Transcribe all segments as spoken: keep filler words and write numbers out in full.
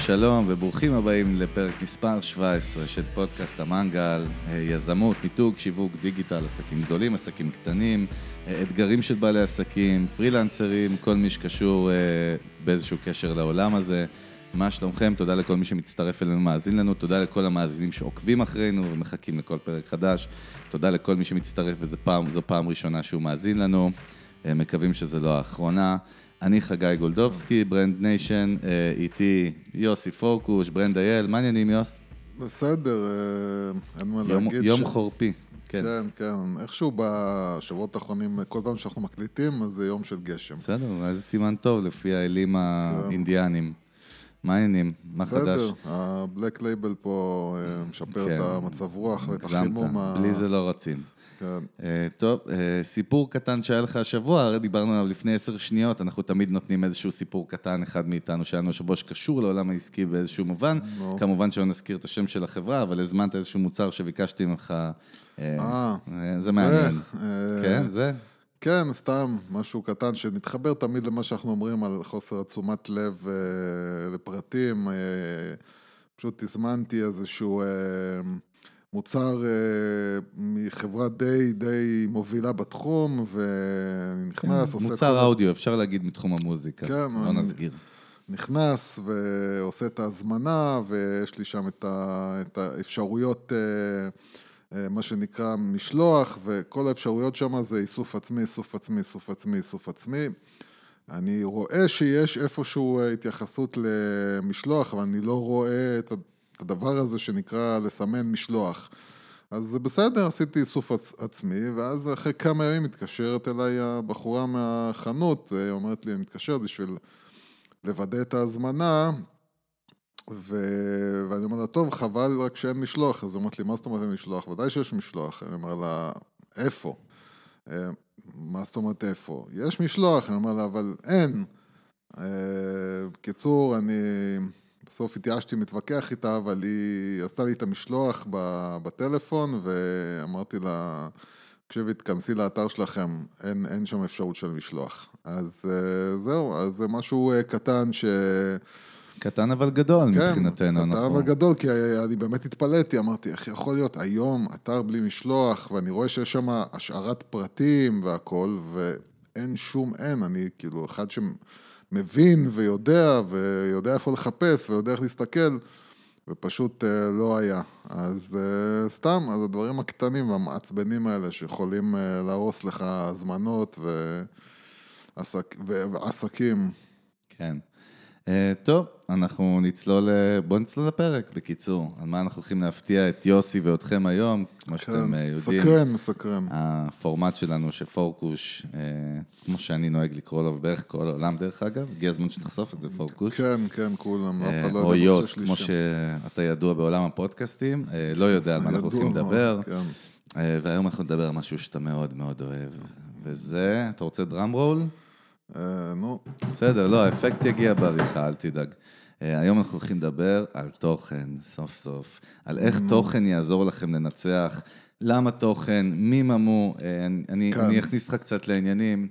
שלום וברוכים הבאים לפרק מספר שבע עשרה של פודקאסט המנגל, יזמות, מיתוג, שיווק, דיגיטל, עסקים גדולים, עסקים קטנים, אתגרים של בעלי עסקים, פרילנסרים, כל מי שקשור באיזשהו קשר לעולם הזה. מה שלומכם? תודה לכל מי שמצטרף אלינו, מאזין לנו, תודה לכל המאזינים שעוקבים אחרינו ומחכים לכל פרק חדש, תודה לכל מי שמצטרף, וזו פעם, זו פעם ראשונה שהוא מאזין לנו, מקווים שזה לא האחרונה. אני חגי גולדובסקי, ברנד ניישן, איתי יוסי פורקוש, ברנד אייל, מה העניינים יוס? בסדר, אין מה יום, להגיד. יום ש... חורפי, כן. כן, כן, איכשהו בשבועות האחרונים, כל פעם שאנחנו מקליטים, אז זה יום של גשם. בסדר, איזה סימן טוב לפי האלים האינדיאנים. מה העניינים? מה חדש? בסדר, הבלק לייבל פה משפר כן. את המצב רוח ואת הגזמת. החימום. בלי זה לא רצים. כן. Uh, טוב, uh, סיפור קטן שהיה לך השבוע, הרי דיברנו עליו לפני עשר שניות, אנחנו תמיד נותנים איזשהו סיפור קטן, אחד מאיתנו שהיה לנו השבוע שקשור לעולם העסקי באיזשהו מובן, no. כמובן שלא נזכיר את השם של החברה, אבל הזמנת איזשהו מוצר שביקשתי ממך, uh, uh, זה מעניין. Uh, כן, זה? כן, סתם משהו קטן שנתחבר תמיד למה שאנחנו אומרים על חוסר עצומת לב uh, לפרטים, uh, פשוט הזמנתי איזשהו... Uh, מוצר uh, מחברה די, די מובילה בתחום, ונכנס, כן, עושה... מוצר אודיו, אפשר להגיד מתחום המוזיקה, כן, לא נסגיר. נכנס ועושה את ההזמנה, ויש לי שם את, ה, את האפשרויות, uh, uh, מה שנקרא משלוח, וכל האפשרויות שם זה איסוף עצמי, איסוף עצמי, איסוף עצמי, איסוף עצמי. אני רואה שיש איפשהו התייחסות למשלוח, אבל אני לא רואה את... הדבר הזה שנקרא לסמן משלוח. אז זה בסדר, עשיתי איסוף עצמי, ואז אחרי כמה ימים מתקשרת אליי הבחורה מהחנות, אומרת לי, אני מתקשרת בשביל לוודא את ההזמנה, ו... ואני אומר לה, טוב, חבל רק שאין משלוח. אז היא אומרת לי, מה זאת אומרת אין משלוח? ודאי שיש משלוח. אני אומר לה, איפה? מה זאת אומרת איפה? יש משלוח. אני אומר לה, אבל אין. בקיצור, אני... בסוף התייאשתי מתווכח איתה, אבל היא עשתה לי את המשלוח בטלפון, ואמרתי לה, כשבי תכנסי לאתר שלכם, אין, אין שם אפשרות של משלוח. אז זהו, אז זה משהו קטן ש... קטן אבל גדול כן, מבחינתנו. קטן אנחנו... אבל גדול, כי אני באמת התפלאתי, אמרתי, איך יכול להיות היום אתר בלי משלוח, ואני רואה שיש שם השארת פרטים והכל, ואין שום אין, אני כאילו אחד ש... מבין ויודע, ויודע איפה לחפש, ויודע איך להסתכל, ופשוט לא היה. אז סתם, אז הדברים הקטנים והמעצבנים האלה, שיכולים להרוס לך הזמנות ועסק, ועסקים. כן. טוב, אנחנו נצלול, בוא נצלול לפרק, בקיצור, על מה אנחנו הולכים להפתיע את יוסי ואתכם היום, כמו שאתם יודעים. מסקרן, מסקרן. הפורמט שלנו שפורקוש, כמו שאני נוהג לקרוא לו, בערך כל העולם דרך אגב, הגיע הזמן שנחשוף את זה פורקוש. כן, כן, כולם. או יוס, כמו שאתה ידוע בעולם הפודקאסטים, לא יודע על מה אנחנו הולכים לדבר, והיום אנחנו נדבר על משהו שאתה מאוד מאוד אוהב, וזה, אתה רוצה דראם רול? נו. בסדר, לא, האפקט יגיע בעריכה, אל תדאג. היום אנחנו הולכים לדבר על תוכן, סוף סוף, על איך תוכן יעזור לכם לנצח, למה תוכן, מי ממו, אני אכניס לך קצת לעניינים.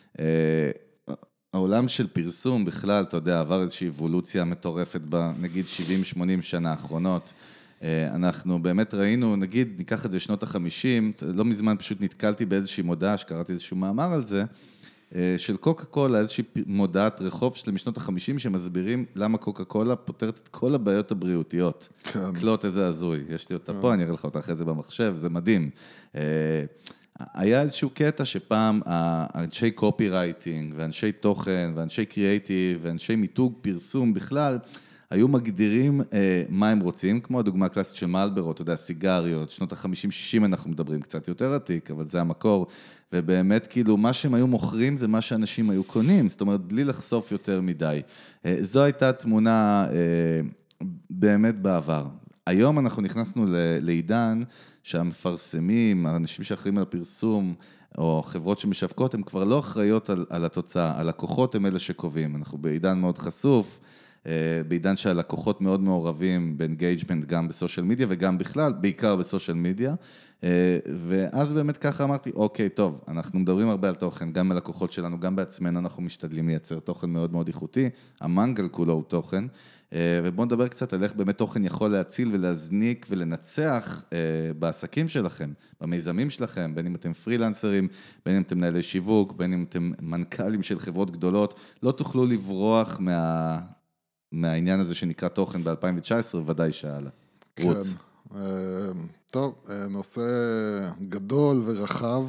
העולם של פרסום בכלל, אתה יודע, עבר איזושהי אבולוציה מטורפת בנגיד שבעים שמונים שנה האחרונות. אנחנו באמת ראינו, נגיד, ניקח את זה שנות החמישים, לא מזמן פשוט נתקלתי באיזושהי מודעה, שקראתי איזשהו מאמר על זה, של קוקה קולה, איזושהי מודעת רחוב של משנות החמישים, שמסבירים למה קוקה קולה פותרת את כל הבעיות הבריאותיות. כן. קלוט איזה הזוי, יש לי אותה פה, אני אראה לך אותה אחרי זה במחשב, זה מדהים. היה איזשהו קטע שפעם האנשי קופי רייטינג, ואנשי תוכן, ואנשי קריאייטיב, ואנשי מיתוג פרסום בכלל, היו מגדירים מה הם רוצים, כמו הדוגמה הקלאסית של מלבורו, אתה יודע, סיגריות, שנות ה-חמישים שישים אנחנו מדברים קצת יותר עתיק, אבל זה המקור, ובאמת כאילו מה שהם היו מוכרים זה מה שאנשים היו קונים, זאת אומרת בלי לחשוף יותר מדי. זו הייתה תמונה באמת בעבר. היום אנחנו נכנסנו לעידן שהמפרסמים, האנשים שאחראים על הפרסום, או חברות שמשווקות, הן כבר לא אחראיות על, על התוצאה, הלקוחות הם אלה שקובעים, אנחנו בעידן מאוד חשוף, בעידן שהלקוחות מאוד מעורבים באנגייג'מנט גם בסושיאל מדיה וגם בכלל, בעיקר בסושיאל מדיה, ואז באמת ככה אמרתי, אוקיי, טוב, אנחנו מדברים הרבה על תוכן, גם בלקוחות שלנו, גם בעצמנו אנחנו משתדלים לייצר תוכן מאוד מאוד איכותי, המנגל כולו הוא תוכן, ובואו נדבר קצת על איך באמת תוכן יכול להציל ולהזניק ולנצח בעסקים שלכם, במיזמים שלכם, בין אם אתם פרילנסרים, בין אם אתם מנהלי שיווק, בין אם אתם מנכ"לים של חברות גדולות, לא תוכלו לברוח מה... מהעניין הזה שנקרא תוכן ב-אלפיים תשע עשרה, ודאי שאלה. רוץ. כן. טוב, נושא גדול ורחב.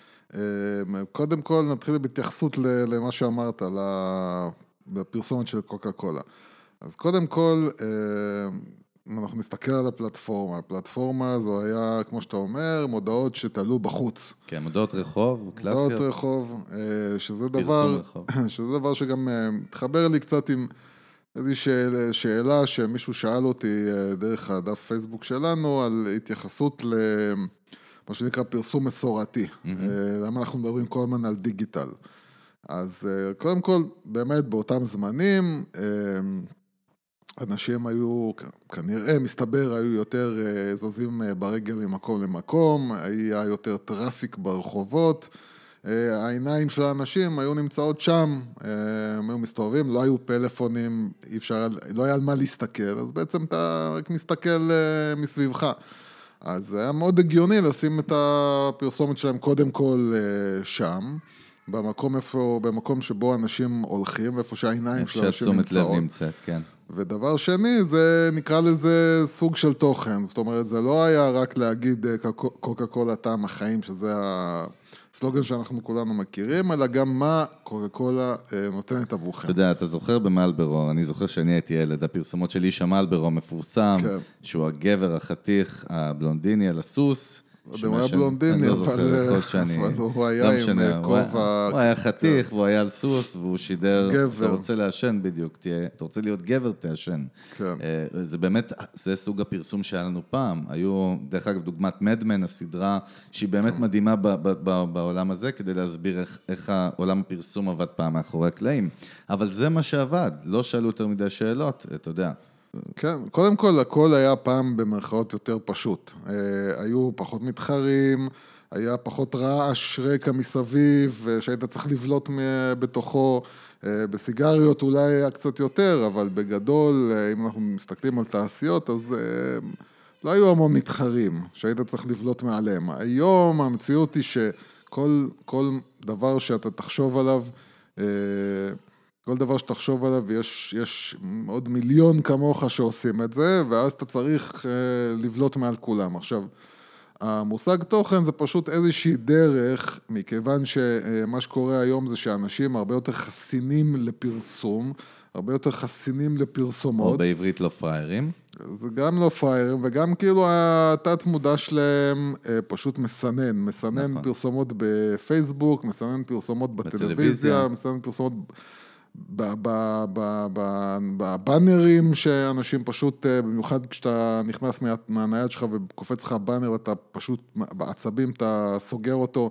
קודם כל נתחיל בהתייחסות למה שאמרת, לפרסומת של קוקה קולה. אז קודם כל, אנחנו נסתכל על הפלטפורמה. הפלטפורמה הזו היה, כמו שאתה אומר, מודעות שתעלו בחוץ. כן, מודעות רחוב, קלאסיות. מודעות רחוב, שזה דבר, שזה דבר שגם מתחבר לי קצת עם איזושהי שאלה, שאלה שמישהו שאל אותי דרך הדף פייסבוק שלנו, על התייחסות למה שנקרא פרסום מסורתי. Mm-hmm. למה אנחנו מדברים כל הזמן על דיגיטל. אז קודם כל, באמת באותם זמנים, אנשים היו, כנראה, מסתבר, היו יותר זזים ברגל ממקום למקום, היה יותר טראפיק ברחובות, העיניים של האנשים היו נמצאות שם, הם היו מסתובבים, לא היו פלאפונים, אי אפשר, לא היה על מה להסתכל, אז בעצם אתה רק מסתכל מסביבך. אז זה היה מאוד הגיוני לשים את הפרסומת שלהם קודם כל שם, במקום איפה, במקום שבו אנשים הולכים, ואיפה שהעיניים של אנשים נמצאות. שהתשומת לב נמצאת, כן. ודבר שני, זה נקרא לזה סוג של תוכן, זאת אומרת, זה לא היה רק להגיד קוקה קולה טעם החיים, שזה הסלוגן שאנחנו כולנו מכירים, אלא גם מה קוקה קולה נותנת עבורכם. אתה יודע, אתה זוכר במלברו, אני זוכר שאני הייתי ילד, הפרסומות של איש המלברו מפורסם, כן. שהוא הגבר החתיך, הבלונדיני על הסוס, הוא היה בלונדיני, אבל הוא היה עם כובע. הוא היה חתיך, והוא היה על סוס, והוא שידר, אתה רוצה לעשן בדיוק, אתה רוצה להיות גבר, תעשן. זה באמת, זה סוג הפרסום שהיה לנו פעם. היו, דרך אגב, דוגמת מדמן, הסדרה, שהיא באמת מדהימה בעולם הזה, כדי להסביר איך העולם הפרסום עבד פעם מאחורי הקלעים. אבל זה מה שעבד, לא שאלו יותר מדי שאלות, אתה יודע. כן, קודם כל, הכל היה פעם במרכאות יותר פשוט. היו פחות מתחרים, היה פחות רעש רקע מסביב, שהיית צריך לבלוט בתוכו. בסיגריות אולי היה קצת יותר, אבל בגדול, אם אנחנו מסתכלים על תעשיות, אז לא היו המון מתחרים, שהיית צריך לבלוט מעליהם. היום המציאות היא שכל כל דבר שאתה תחשוב עליו, כל דבר שתחשוב עליו, יש, יש עוד מיליון כמוך שעושים את זה, ואז אתה צריך לבלוט מעל כולם. עכשיו, המושג תוכן זה פשוט איזושהי דרך, מכיוון שמה שקורה היום זה שאנשים הרבה יותר חסינים לפרסום, הרבה יותר חסינים לפרסומות. או בעברית לא פריירים. זה גם לא פריירים, וגם כאילו התת מודע שלהם פשוט מסנן, מסנן נכון. פרסומות בפייסבוק, מסנן פרסומות בטלוויזיה, בטלוויזיה. מסנן פרסומות בבאנרים שאנשים פשוט, במיוחד כשאתה נכנס מהנייד שלך וקופץ לך הבאנר ואתה פשוט בעצבים, אתה סוגר אותו.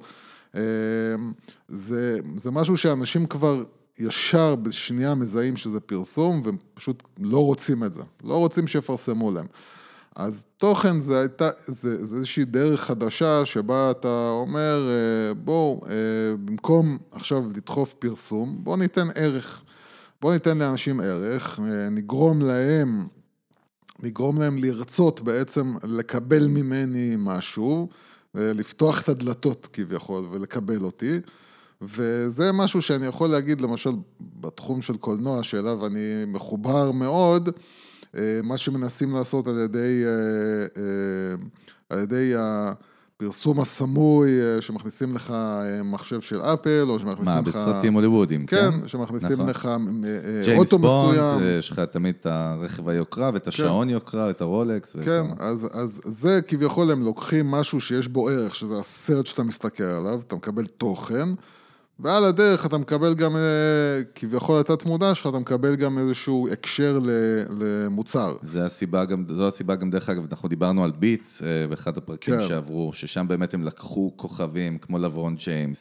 זה, זה משהו שאנשים כבר ישר בשנייה מזהים שזה פרסום והם פשוט לא רוצים את זה, לא רוצים שיפרסמו להם. אז תוכן זה הייתה, זה, זה איזושהי דרך חדשה שבה אתה אומר, בואו, במקום עכשיו לדחוף פרסום, בואו ניתן ערך, בואו ניתן לאנשים ערך, נגרום להם, נגרום להם לרצות בעצם לקבל ממני משהו, לפתוח את הדלתות כביכול ולקבל אותי, וזה משהו שאני יכול להגיד למשל בתחום של קולנוע שאליו אני מחובר מאוד, מה שמנסים לעשות על ידי, על ידי הפרסום הסמוי, שמכניסים לך מחשב של אפל, או שמכניסים מה, לך... מה, בסרטים הוליוודיים, כן? כן, שמכניסים נכון. לך אוטו מסוים. ג'יימס בונד, יש לך תמיד את הרכב היוקרה, ואת השעון כן. יוקרה, את הרולקס. כן, אז, אז זה כביכול הם לוקחים משהו שיש בו ערך, שזה הסרט שאתה מסתכל עליו, אתה מקבל תוכן, ועל הדרך אתה מקבל גם, כביכול את התמודה שלך, אתה מקבל גם איזשהו הקשר למוצר. זה הסיבה גם, זו הסיבה גם דרך אגב, אנחנו דיברנו על ביטס, באחד הפרקים כן. שעברו, ששם באמת הם לקחו כוכבים, כמו לברון ג'יימס,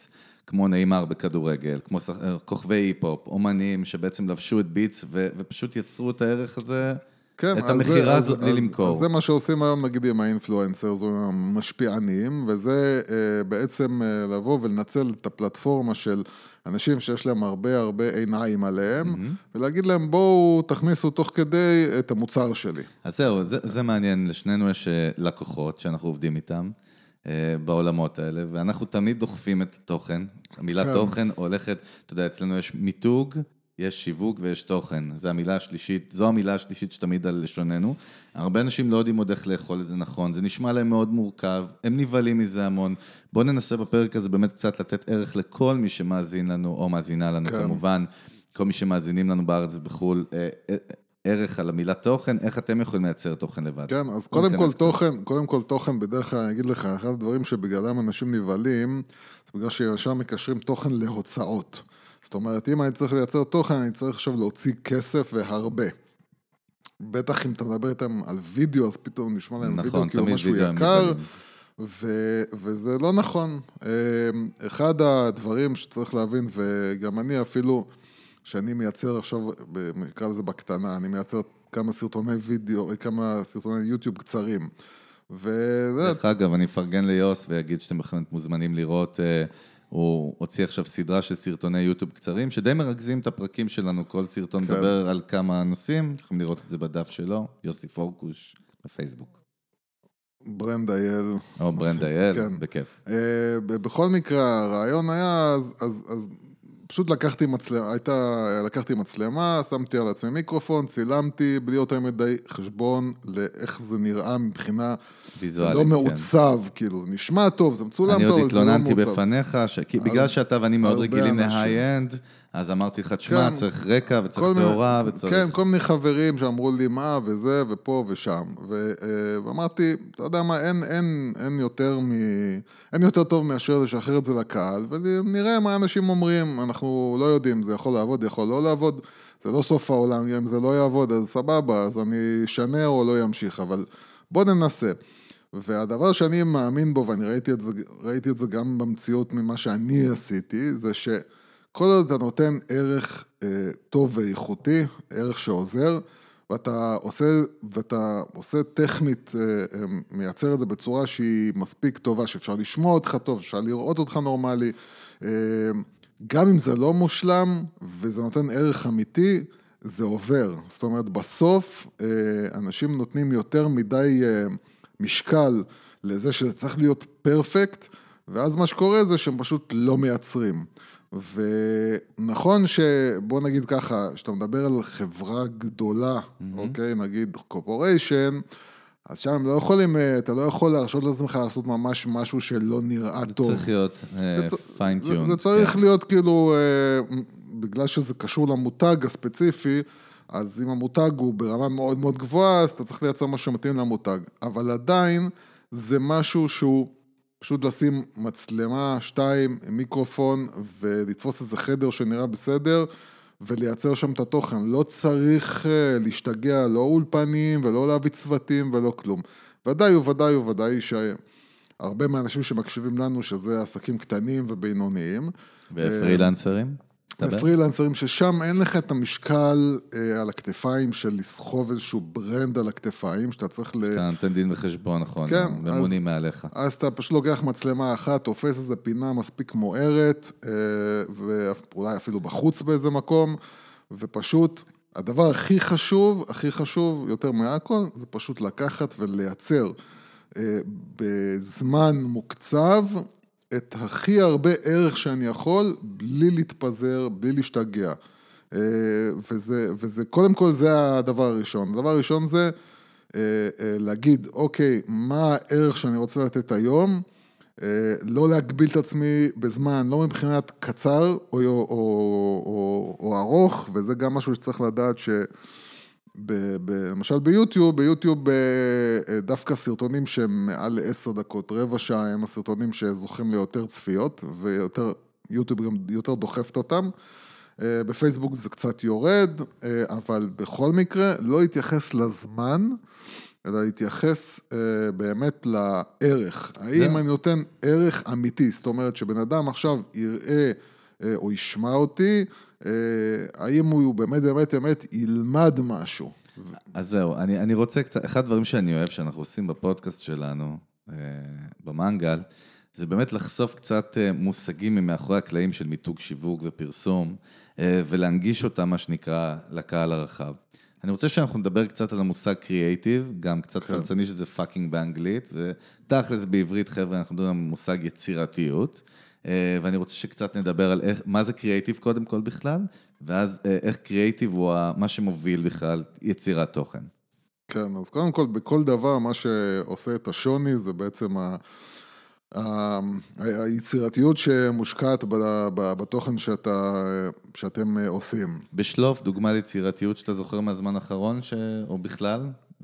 כמו נאמר בכדורגל, כמו כוכבי היפ-הופ, אומנים שבעצם לבשו את ביטס ופשוט יצרו את הערך הזה, כן, את המחירה הזאת אז, בלי אז, למכור. אז זה מה שעושים היום נגיד עם האינפלואנסרס או המשפיענים, וזה אה, בעצם אה, לבוא ולנצל את הפלטפורמה של אנשים שיש להם הרבה הרבה עיניים עליהם, mm-hmm. ולהגיד להם בואו תכניסו תוך כדי את המוצר שלי. אז זהו, זה, זה מעניין, לשנינו יש לקוחות שאנחנו עובדים איתם אה, בעולמות האלה, ואנחנו תמיד דוחפים את התוכן, המילה כן. תוכן הולכת, אתה יודע, אצלנו יש מיתוג, יש שיווק ויש תוכן, זו המילה השלישית, זו המילה השלישית שתמיד על לשוננו. הרבה אנשים לא יודעים עוד איך לאכול את זה נכון, זה נשמע להם מאוד מורכב, הם נבהלים מזה המון. בואו ננסה בפרק הזה באמת קצת לתת ערך לכל מי שמאזין לנו, או מאזינה לנו כן. כמובן, כל מי שמאזינים לנו בארץ ובחול, ערך על המילה תוכן, איך אתם יכולים לייצר תוכן לבד? כן, אז קודם כל תוכן, קודם כל תוכן בדרך כלל, אני אגיד לך, אחד הדברים שבגללם אנשים נבהלים, זה בגלל שישר מקשרים תוכן להוצאות. זאת אומרת, אם אני צריך לייצר תוכן, אני צריך עכשיו להוציא כסף והרבה. בטח אם אתה מדבר איתם על וידאו, אז פתאום נשמע להם נכון, וידאו כאילו משהו יקר, ו- וזה לא נכון. אחד הדברים שצריך להבין, וגם אני אפילו, שאני מייצר עכשיו, נקרא לזה בקטנה, אני מייצר כמה סרטוני וידאו, כמה סרטוני יוטיוב קצרים. דרך אגב, אני אפרגן ליוס ויגיד שאתם בכלל מוזמנים לראות... הוא הוציא עכשיו סדרה של סרטוני יוטיוב קצרים, שדי מרכזים את הפרקים שלנו, כל סרטון כן. מדבר על כמה נושאים, יכולים לראות את זה בדף שלו, יוסי פורקוש, בפייסבוק. ברנד אייל. או ברנד אייל, כן. בכיף. בכל מקרה, הרעיון היה, אז, אז, אז פשוט לקחתי מצלמה, הייתה, לקחתי מצלמה, שמתי על עצמי מיקרופון, צילמתי, בלי יותר מדי חשבון לאיך זה נראה מבחינה, זה לא מעוצב, כן. כאילו, זה נשמע טוב, זה מצולם טוב, אבל זה לא מעוצב. אני עוד התלוננתי בפניך, ש... בגלל שאתה ואני מאוד רגילים להיי-אנד, אז אמרתי לך, תשמע, כן, צריך רקע וצריך תאורה וצריך... כן, כל מיני חברים שאמרו לי מה וזה ופה ושם. ו, ואמרתי, אתה יודע מה, אין, אין, אין, יותר מ... אין יותר טוב מאשר לשחרר את זה לקהל, ונראה מה אנשים אומרים, אנחנו לא יודעים, זה יכול לעבוד, יכול לא לעבוד, זה לא סוף העולם, אם זה לא יעבוד, אז סבבה, אז אני שנה או לא ימשיך, אבל בוא ננסה. והדבר שאני מאמין בו, ואני ראיתי את זה, ראיתי את זה גם במציאות ממה שאני עשיתי, זה ש... כל עוד אתה נותן ערך אה, טוב ואיכותי, ערך שעוזר, ואתה עושה, ואתה עושה טכנית, אה, אה, מייצר את זה בצורה שהיא מספיק טובה, שאפשר לשמוע אותך טוב, אפשר לראות אותך נורמלי, אה, גם אם זה לא מושלם, וזה נותן ערך אמיתי, זה עובר. זאת אומרת, בסוף, אה, אנשים נותנים יותר מדי אה, משקל לזה שזה צריך להיות פרפקט, ואז מה שקורה זה שהם פשוט לא מייצרים. ונכון שבוא נגיד ככה, שאתה מדבר על חברה גדולה, mm-hmm. אוקיי, נגיד קורפוריישן, אז שם הם לא יכולים, אתה לא יכול להרשות לעצמך לעשות ממש משהו שלא נראה זה טוב. צריך להיות פיין טיונד. זה, זה צריך כן. להיות כאילו, בגלל שזה קשור למותג הספציפי, אז אם המותג הוא ברמה מאוד מאוד גבוהה, אז אתה צריך לייצר משהו שמתאים למותג. אבל עדיין זה משהו שהוא... פשוט לשים מצלמה, שתיים, מיקרופון, ולתפוס איזה חדר שנראה בסדר, ולייצר שם את התוכן. לא צריך להשתגע, לא אולפנים, ולא להביא צוותים, ולא כלום. ודאי וודאי וודאי שהרבה מהאנשים שמקשיבים לנו, שזה עסקים קטנים ובינוניים. ופרילנסרים? ופרילנסרים ששם אין לך את המשקל אה, על הכתפיים של לסחוב איזשהו ברנד על הכתפיים, שאתה צריך ל... שאתה נותן דין וחשבון, נכון, כן, ממונים מעליך. אז אתה פשוט לוקח מצלמה אחת, תופס איזו פינה מספיק מוארת, אה, ואולי אפילו בחוץ באיזה מקום, ופשוט, הדבר הכי חשוב, הכי חשוב יותר מהכל, זה פשוט לקחת ולייצר אה, בזמן מוקצב, את הכי הרבה ערך שאני יכול, בלי להתפזר, בלי להשתגע. וזה, וזה, קודם כל זה הדבר הראשון. הדבר הראשון זה להגיד, אוקיי, מה הערך שאני רוצה לתת היום, לא להגביל את עצמי בזמן, לא מבחינת קצר או, או, או, או ארוך, וזה גם משהו שצריך לדעת ש... למשל ביוטיוב, ביוטיוב דווקא סרטונים שהם מעל לעשר דקות, רבע שעה, הם הסרטונים שזוכים ליותר צפיות, ויותר, יוטיוב גם יותר דוחפת אותם. בפייסבוק זה קצת יורד, אבל בכל מקרה לא יתייחס לזמן, אלא להתייחס אה, באמת לערך. האם אני נותן ערך אמיתי, זאת אומרת שבן אדם עכשיו יראה אה, או ישמע אותי, אה, האם הוא באמת באמת באמת ילמד משהו. אז זהו, אני, אני רוצה קצת, אחד הדברים שאני אוהב שאנחנו עושים בפודקאסט שלנו, אה, במנגל, זה באמת לחשוף קצת מושגים ממאחורי הקלעים של מיתוג שיווק ופרסום, ולהנגיש אותם, מה שנקרא, לקהל הרחב. אני רוצה שאנחנו נדבר קצת על המושג קריאייטיב, גם קצת חלצני שזה פאקינג באנגלית, ותכלס בעברית, חבר'ה, אנחנו מדברים על מושג יצירתיות, ואני רוצה שקצת נדבר על איך, מה זה קריאייטיב קודם כל בכלל, ואז איך קריאייטיב הוא מה שמוביל בכלל יצירת תוכן. כן, אז קודם כל, בכל דבר, מה שעושה את השוני, זה בעצם ה... היצירתיות שמושקעת בתוכן שאתה, שאתם עושים. בשלוף, דוגמה ליצירתיות שאתה זוכר מהזמן האחרון, או בכלל?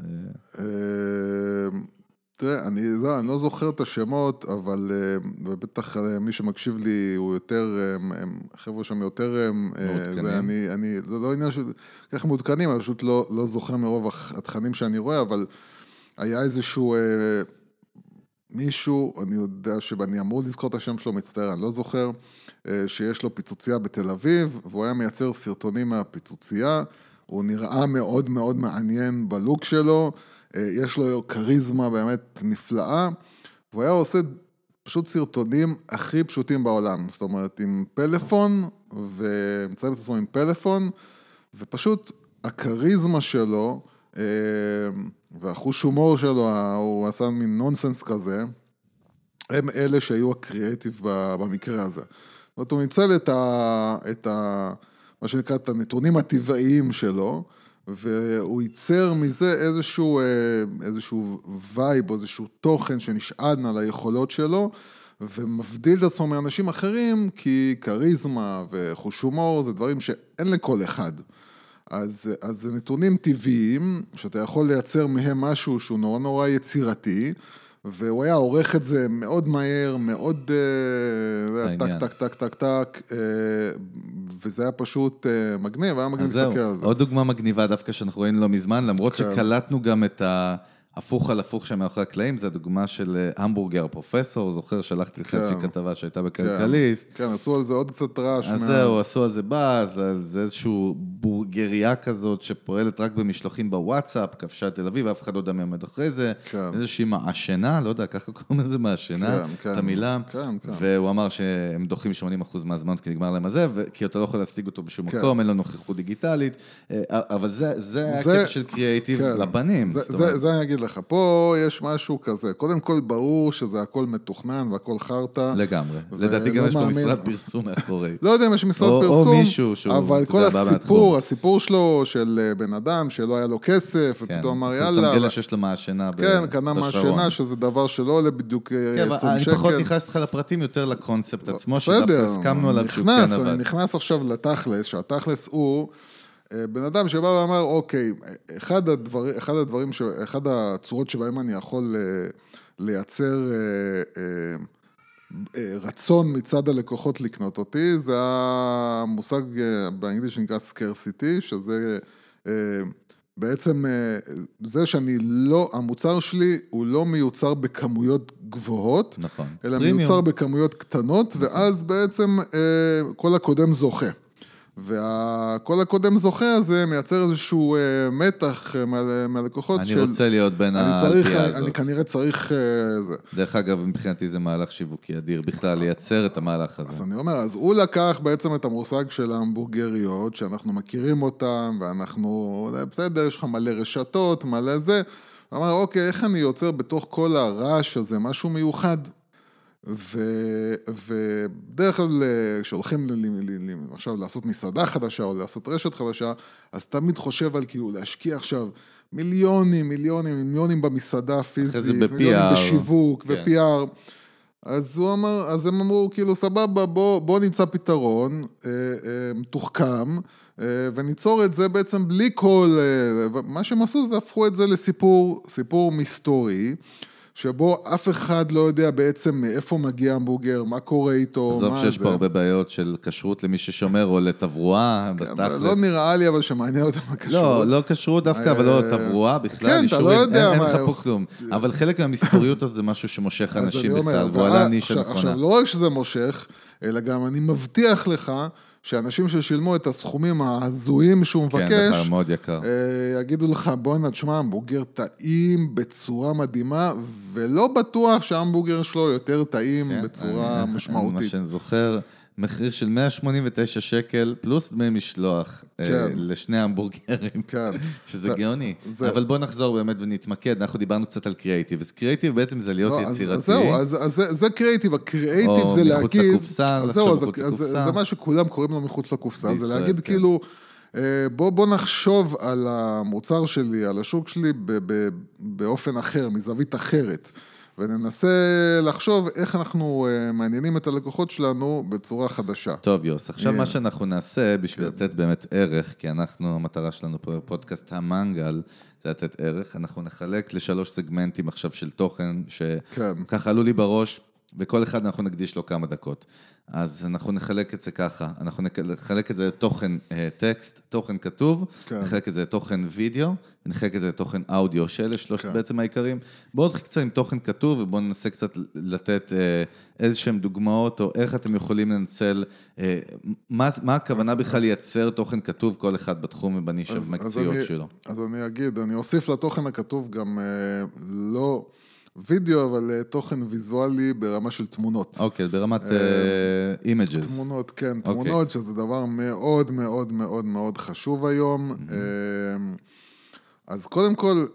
תראה, אני, אני לא זוכר את השמות, אבל בטח מי שמקשיב לי הוא יותר, חבר'ה שם יותר, זה, אני, אני, זה לא עניין שככה מעודכנים, אני פשוט לא, לא זוכר מרוב התכנים שאני רואה, אבל היה איזשהו מישהו, אני יודע שאני אמור לזכור את השם שלו, מצטער, אני לא זוכר, שיש לו פיצוצייה בתל אביב, והוא היה מייצר סרטונים מהפיצוצייה, הוא נראה מאוד מאוד מעניין בלוק שלו, יש לו קריזמה באמת נפלאה, והוא היה עושה פשוט סרטונים הכי פשוטים בעולם, זאת אומרת, עם פלאפון, ומצא את עצמו עם פלאפון, ופשוט הקריזמה שלו, והחוש הומור שלו, הוא עשה מין נונסנס כזה, הם אלה שהיו הקריאטיב במקרה הזה. זאת אומרת, הוא ניצל את ה, את ה, מה שנקרא, את הנתונים הטבעיים שלו, והוא ייצר מזה איזשהו, איזשהו וייב, או איזשהו תוכן שנשען על היכולות שלו, ומבדיל את עצמו מאנשים אחרים, כי קריזמה וחוש הומור זה דברים שאין לכל אחד. אז, אז זה נתונים טבעיים, שאתה יכול לייצר מהם משהו שהוא נורא נורא יצירתי, והוא היה עורך את זה מאוד מהר, מאוד טק, טק, טק, טק, טק, וזה היה פשוט מגניב, היה מגניב להסתכל על זה. עוד דוגמה מגניבה דווקא שאנחנו רואים לא מזמן, למרות שקלטנו גם את ה... הפוך על הפוך שם מאחורי הקלעים, זה הדוגמה של המבורגר פרופסור, זוכר, שלחתי לך איזושהי כתבה שהייתה בכלכליסט. כן, עשו על זה עוד קצת רעש. אז זהו, עשו על זה באז, זה איזשהו בורגריה כזאת שפועלת רק במשלוחים בוואטסאפ, כבשה תל אביב, אף אחד לא יודע מי עומד אחרי זה, איזושהי מעשנה, לא יודע, ככה קוראים לזה מעשנה, את המילה, והוא אמר שהם דוחים שמונים אחוז מהזמן כי נגמר להם הזה, כי אתה לא יכול להשיג אותו בשום מקום, אין לו נוכחות דיגיטלית, אבל זה היה הקטע של קריאייטיב לפנים. זה אני אגיד לך, פה יש משהו כזה, קודם כל ברור שזה הכל מתוכנן והכל חרטה. לגמרי, לדעתי גם יש פה משרד פרסום מאחורי. לא יודע אם יש משרד פרסום, או מישהו שהוא, אבל כל הסיפור, הסיפור שלו של בן אדם שלא היה לו כסף, ופתאום אמר יאללה. זה תמגלה שיש לו מעשנה בשרון. כן, קנה מעשנה, שזה דבר שלא עולה בדיוק עשרים שקל. אני פחות נכנס לך לפרטים יותר לקונספט עצמו, שדווקא הסכמנו עליו שהוא כן עבד. אני נכנס עכשיו לתכלס, שהתכלס הוא בן אדם שבא ואמר, אוקיי, אחד הדברים, אחד הדברים, אחד הצורות שבהם אני יכול לייצר רצון מצד הלקוחות לקנות אותי, זה המושג באנגלית שנקרא scarcity, שזה בעצם זה שאני לא, המוצר שלי הוא לא מיוצר בכמויות גבוהות, נכון. אלא מיוצר בכמויות קטנות, ואז בעצם כל הקודם זוכה. והכל הקודם זוכה הזה מייצר איזשהו מתח מהלקוחות של... אני רוצה להיות בין האלפיה הזאת. אני כנראה צריך... דרך אגב, מבחינתי זה מהלך שיווקי אדיר, בכלל לייצר את המהלך הזה. אז אני אומר, אז הוא לקח בעצם את המושג של ההמבורגריות, שאנחנו מכירים אותם, ואנחנו, בסדר, יש לך מלא רשתות, מלא זה, ואמר, אוקיי, איך אני יוצר בתוך כל הרעש הזה משהו מיוחד? ובדרך כלל כשהולכים עכשיו לעשות מסעדה חדשה או לעשות רשת חדשה, אז תמיד חושב על כאילו להשקיע עכשיו מיליונים, מיליונים, מיליונים במסעדה פיזית, מיליונים בשיווק ו-פי אר. אז הוא אמר, אז הם אמרו כאילו סבבה, בוא, בוא נמצא פתרון מתוחכם, וניצור את זה בעצם בלי כל, מה שהם עשו זה הפכו את זה לסיפור, סיפור מסתורי, שבו אף אחד לא יודע בעצם מאיפה מגיע המבורגר, מה קורה איתו, מה זה. עזוב שיש פה הרבה בעיות של כשרות למי ששומר, או לתברואה, כן, לא נראה לי אבל שמעניין אותם הכשרות. לא, לא כשרות דווקא, אבל לא תברואה, בכלל, כן, אתה לא יודע אין מה... לך פה כלום. אבל חלק מהמסתוריות הזה זה משהו שמושך אנשים בכלל, והוא עלה נישה נכונה. עכשיו, לא רק שזה מושך, אלא גם אני מבטיח לך, שאנשים ששילמו את הסכומים ההזויים שהוא מבקש, כן, דבר מאוד יקר. יגידו לך, בוא נתשמע, המבורגר טעים בצורה מדהימה, ולא בטוח שהמבורגר שלו יותר טעים כן, בצורה אני, משמעותית. מה שאני זוכר, מחיר של מאה שמונים ותשע שקל, פלוס דמי משלוח, כן. לשני המבורגרים, כן. שזה זה, גאוני. זה... אבל בוא נחזור באמת ונתמקד, אנחנו דיברנו קצת על קריאיטיב, אז קריאיטיב בעצם זה להיות לא, יצירתי. אז זהו, אז, אז זה, זה קריאיטיב, הקריאיטיב זה להגיד... או מחוץ לקופסה, לחשוב מחוץ לקופסה. זה, זה מה שכולם קוראים לו מחוץ לקופסה, בישראל, זה להגיד כן. כאילו, בוא, בוא נחשוב על המוצר שלי, על השוק שלי, ב, ב, באופן אחר, מזווית אחרת. וננסה לחשוב איך אנחנו מעניינים את הלקוחות שלנו בצורה חדשה. טוב יוס, עכשיו מה שאנחנו נעשה בשביל לתת באמת ערך, כי אנחנו, המטרה שלנו פה בפודקאסט המנגל, זה לתת ערך, אנחנו נחלק לשלוש סגמנטים עכשיו של תוכן, שככה עלו לי בראש, וכל אחד אנחנו נקדיש לו כמה דקות. אז אנחנו נחלק את זה ככה, אנחנו נחלק את זה לתוכן טקסט, תוכן כתוב, נחלק את זה לתוכן וידאו, ונחלק את זה לתוכן אודיו, שאלה שלושת בעצם העיקרים. בואו נתחיל קצת עם תוכן כתוב, ובואו ננסה קצת לתת איזשהם דוגמאות, או איך אתם יכולים לנצל, מה, מה הכוונה בכלל לייצר תוכן כתוב, כל אחד בתחום ובנישה ובמקצועיות שלו. אז אני אגיד, אני אוסיף לתוכן הכתוב גם לא... וידאו, אבל תוכן ויזואלי ברמה של תמונות. אוקיי, ברמת אימג'ס. תמונות, כן, תמונות, שזה דבר מאוד מאוד מאוד מאוד חשוב היום. אז קודם כל,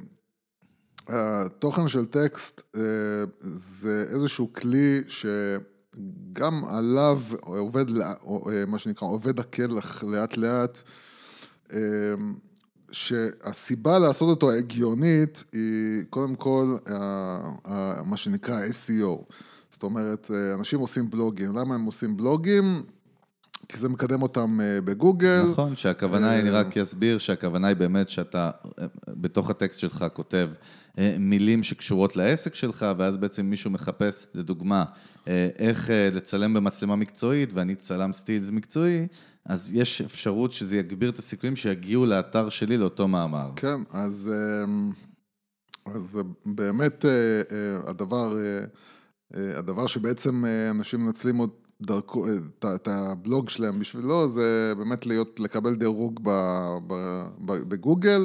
התוכן של טקסט זה איזשהו כלי שגם עליו עובד, מה שנקרא, עובד הקלח לאט לאט, שהסיבה לעשות אותו הגיונית היא קודם כל מה שנקרא אס אי או. זאת אומרת, אנשים עושים בלוגים. למה הם עושים בלוגים? כי זה מקדם אותם בגוגל. נכון, שהכוונה היא, אני רק אסביר, שהכוונה היא באמת שאתה בתוך הטקסט שלך כותב מילים שקשורות לעסק שלך, ואז בעצם מישהו מחפש, לדוגמה, איך לצלם במצלמה מקצועית, ואני צלם סטילס מקצועי, אז יש אפשרות שזה יגביר את הסיכויים שיגיעו לאתר שלי לאותו מאמר. כן, אז, אז באמת הדבר, הדבר שבעצם אנשים מנצלים עוד דרכו, את הבלוג שלהם בשבילו, זה באמת להיות, לקבל דירוג בגוגל,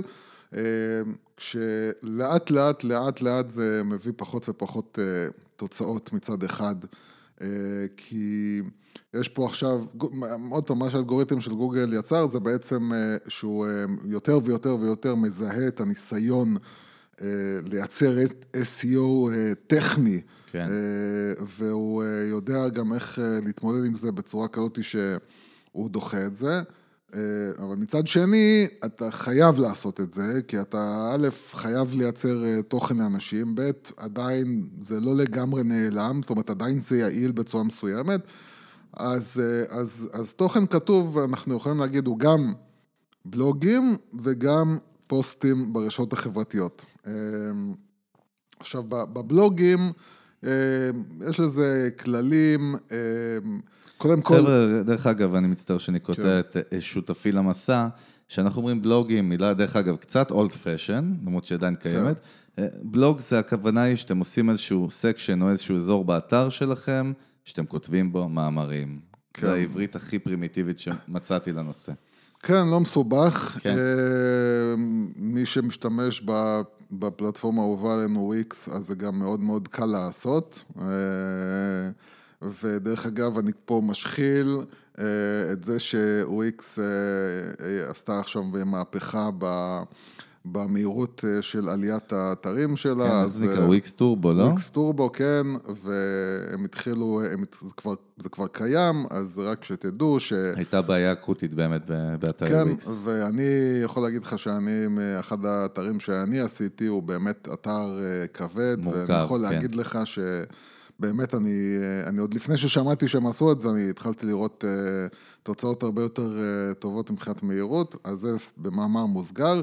כשלאט לאט לאט לאט זה מביא פחות ופחות תוצאות מצד אחד, כי יש פה עכשיו, עוד פעם, מה שהאלגוריתם של גוגל יצר, זה בעצם שהוא יותר ויותר ויותר מזהה את הניסיון לייצר אס אי או טכני, כן. והוא יודע גם איך להתמודד עם זה בצורה כזאת שהוא דוחה את זה, אבל מצד שני, אתה חייב לעשות את זה, כי אתה א', חייב לייצר תוכן לאנשים, ב', עדיין זה לא לגמרי נעלם, זאת אומרת, עדיין זה יעיל בצורה מסוימת, אז, אז, אז תוכן כתוב, אנחנו יכולים להגיד, הוא גם בלוגים וגם פוסטים ברשתות החברתיות. עכשיו, בבלוגים, יש לזה כללים, קודם כל... חבר'ה, דרך אגב, אני מצטער שאני קוטע את שותפי למסע, שאנחנו אומרים בלוגים, מילה דרך אגב, קצת old fashion, למרות שעדיין קיימת. בלוג זה הכוונה היא שאתם עושים איזשהו סקשן או איזשהו אזור באתר שלכם, שאתם כותבים בו מאמרים. זה העברית הכי פרימיטיבית שמצאתי לנושא. כן, לא מסובך. מי שמשתמש בפלטפורמה האהובה עלינו וויקס, אז זה גם מאוד מאוד קל לעשות. ודרך אגב, אני פה משחיל את זה שוויקס עשתה עכשיו מהפכה במהירות של עליית האתרים שלה. כן, זה נקרא וויקס טורבו, לא? וויקס טורבו, כן, והם התחילו, זה כבר, זה כבר קיים, אז רק שתדעו ש... הייתה בעיה אקוטית באמת באתר וויקס. כן, ואני יכול להגיד לך שאני, מאחד האתרים שאני עשיתי, הוא באמת אתר כבד, ואני יכול להגיד לך ש... באמת, אני, אני עוד לפני ששמעתי שהם עשו את זה, אני התחלתי לראות uh, תוצאות הרבה יותר uh, טובות מבחינת מהירות, אז זה במאמר מוסגר,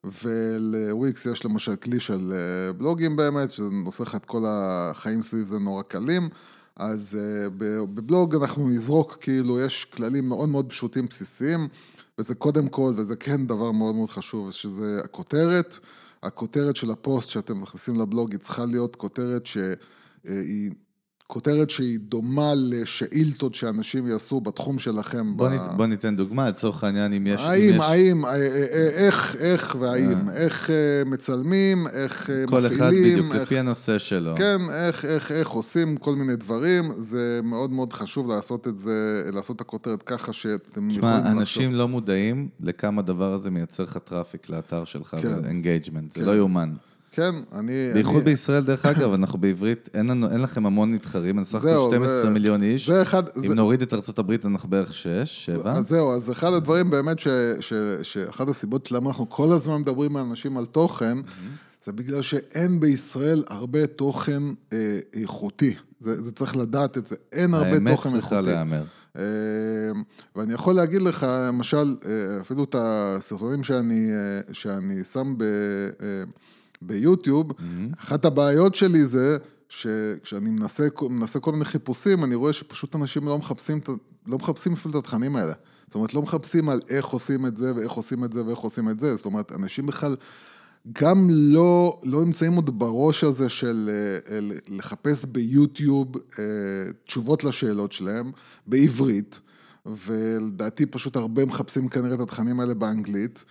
ולוויקס יש למשל כלי של בלוגים באמת, שזה עושה לך את כל החיים סביב זה נורא קלים, אז בבלוג אנחנו נזרוק, כאילו יש כללים מאוד מאוד פשוטים בסיסיים, וזה קודם כל, וזה כן דבר מאוד מאוד חשוב, שזה הכותרת, הכותרת של הפוסט שאתם מכניסים לבלוג, היא צריכה להיות כותרת שהיא, כותרת שהיא דומה לשאילתות שאנשים יעשו בתחום שלכם. בוא, ב... נת, בוא ניתן דוגמה, לצורך העניין, אם יש... האם, אם יש... האם, איך, איך והאם, איך מצלמים, איך כל מפעילים. אחד בדיוק איך... לפי הנושא שלו. כן, איך, איך, איך עושים כל מיני דברים, זה מאוד מאוד חשוב לעשות את זה, לעשות את הכותרת ככה שאתם שמה, יכולים לחשוב. אנשים לא מודעים לכמה דבר הזה מייצר לך טראפיק לאתר שלך, כן. ו-engagement, כן. זה לא יומן. כן, אני... בייחוד אני... בישראל, דרך אגב, אנחנו בעברית, אין, לנו, אין לכם המון מתחרים, אני סך הכל שנים עשר מיליון איש, זה אחד, אם זה... נוריד את ארצות הברית, אנחנו בערך שש, שבע. אז זהו, אז אחד הדברים באמת, ש, ש, שאחד הסיבות למה אנחנו כל הזמן מדברים עם אנשים על תוכן, mm-hmm. זה בגלל שאין בישראל הרבה תוכן אה, איכותי, זה, זה צריך לדעת את זה, אין הרבה תוכן איכותי. האמת צריכה להיאמר. אה, ואני יכול להגיד לך, למשל, אה, אפילו את הסרטונים שאני, אה, שאני שם ב... אה, ביוטיוב, mm-hmm. אחת הבעיות שלי זה, שכשאני מנסה, מנסה כל מיני חיפושים, אני רואה שפשוט אנשים לא מחפשים, לא מחפשים אפילו את התכנים האלה. זאת אומרת, לא מחפשים על איך עושים את זה, ואיך עושים את זה, ואיך עושים את זה. זאת אומרת, אנשים בכלל גם לא, לא נמצאים עוד בראש הזה של לחפש ביוטיוב תשובות לשאלות שלהם, בעברית, ולדעתי פשוט הרבה מחפשים כנראה את התכנים האלה באנגלית,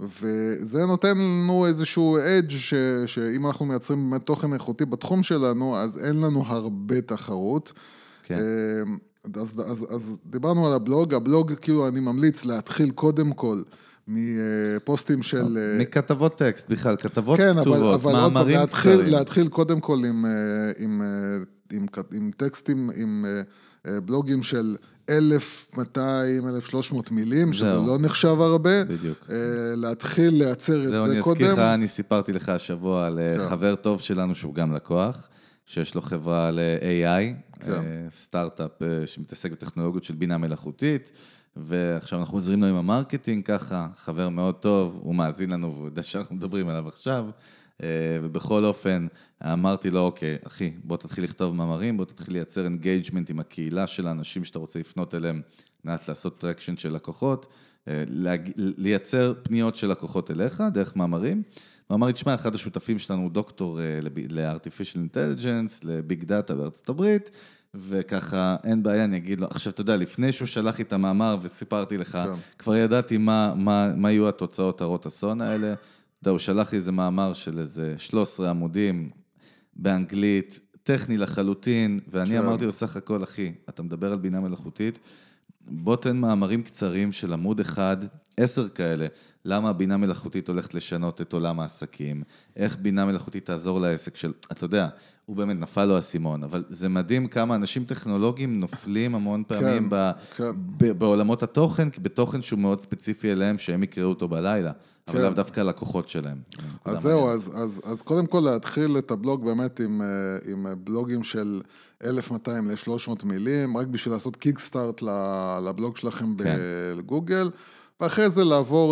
וזה נותן לנו איזשהו אדג' ש, שאם אנחנו מייצרים באמת תוכן איכותי בתחום שלנו, אז אין לנו הרבה תחרות. כן. אז, אז, אז דיברנו על הבלוג, הבלוג כאילו אני ממליץ להתחיל קודם כל מפוסטים של... מכתבות טקסט בכלל, כתבות כן, כתובות, אבל, אבל מאמרים להתחיל, קצרים. להתחיל קודם כל עם, עם, עם, עם טקסטים, עם בלוגים של... אלף מאתיים, אלף שלוש מאות מילים, שזה לא נחשב הרבה. בדיוק. להתחיל לייצר את זה קודם. זהו, אני אזכיר לך, אני סיפרתי לך השבוע על חבר טוב שלנו, שהוא גם לקוח, שיש לו חברה ל-איי איי, סטארט-אפ שמתעסק בטכנולוגיות של בינה מלאכותית, ועכשיו אנחנו עוזרים לו עם המרקטינג ככה, חבר מאוד טוב, הוא מאזין לנו, והוא יודע שאנחנו מדברים עליו עכשיו, ובכל אופן אמרתי לו, אוקיי, אחי, בוא תתחיל לכתוב מאמרים, בוא תתחיל לייצר אינגייג'מנט עם הקהילה של האנשים שאתה רוצה לפנות אליהם, מעט לעשות טרקשן של לקוחות, לייצר פניות של לקוחות אליך, דרך מאמרים. הוא אמר לי, תשמע, אחד השותפים שלנו הוא דוקטור ל-Artificial Intelligence, לביג דאטה בארצות הברית, וככה אין בעיה, אני אגיד לו, עכשיו אתה יודע, לפני שהוא שלח לי את המאמר וסיפרתי לך, כבר ידעתי מה, מה, מה יהיו התוצאות הרות אסון האלה, אתה יודע, הוא שלח לי איזה מאמר של איזה שלושה עשר עמודים באנגלית, טכני לחלוטין, ואני אמרתי לו, סך הכל, אחי, אתה מדבר על בינה מלאכותית, בוא תן מאמרים קצרים של עמוד אחד, עשר כאלה, למה הבינה מלאכותית הולכת לשנות את עולם העסקים, איך בינה מלאכותית תעזור לעסק של, אתה יודע, הוא באמת נפל לו הסימון, אבל זה מדהים כמה אנשים טכנולוגיים נופלים המון פעמים כן, ב, כן. ב, בעולמות התוכן, בתוכן שהוא מאוד ספציפי אליהם, שהם יקראו אותו בלילה, כן. אבל לאו דווקא לקוחות שלהם. אז זהו, אז, אז, אז קודם כל להתחיל את הבלוג באמת עם, עם בלוגים של אלף מאתיים עד אלף ושלוש מאות מילים, רק בשביל לעשות קיקסטארט לבלוג שלכם כן. בגוגל, ואחרי זה לעבור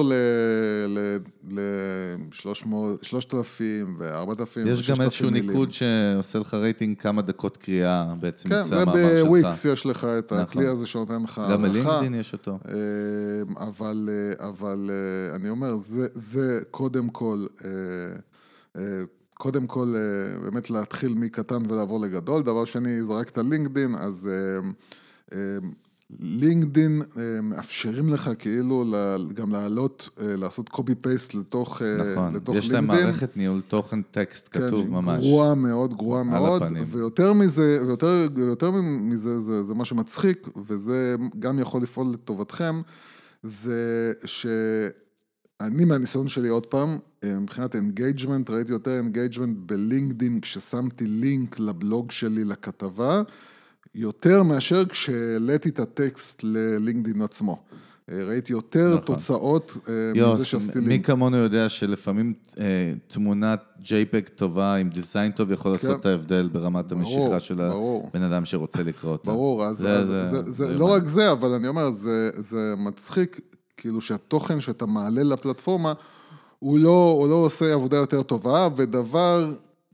ל-שלושת אלפים ו-ארבעת אלפים יש גם איזשהו ניקוד שעושה לך רייטינג כמה דקות קריאה בעצם כן, ובוויקס יש לך את הכלי הזה שנותן לך גם בלינקדין יש אותו. אבל, אבל אני אומר, זה קודם כל, קודם כל באמת להתחיל מקטן ולעבור לגדול. דבר שני, זרקת לינקדין, אז... לינקדין מאפשרים לך כאילו גם לעלות, לעשות קופי פייסט לתוך לינקדין. נכון, יש להם מערכת ניהול תוכן טקסט כתוב ממש. גרועה מאוד, גרועה מאוד, ויותר מזה, ויותר מזה זה מה שמצחיק, וזה גם יכול לפעול לטובתכם, זה שאני מהניסיון שלי עוד פעם, מבחינת אינגייג'מנט, ראיתי יותר אינגייג'מנט בלינקדין כששמתי לינק לבלוג שלי לכתבה, יותר מאשר כשהעליתי את הטקסט ללינקדין עצמו. ראיתי יותר נכון. תוצאות יוס, מזה שעשיתי לינק. מי כמונו יודע שלפעמים אה, תמונת ג'יי-פג טובה עם דיזיין טוב יכול כן. לעשות את ההבדל ברמת ברור, המשיכה של ברור. הבן אדם שרוצה לקרוא אותה. ברור, אז, זה, אז זה, זה, זה, זה לא רק זה, אבל אני אומר, זה, זה מצחיק, כאילו שהתוכן שאתה מעלה לפלטפורמה, הוא לא, הוא לא עושה עבודה יותר טובה, ודבר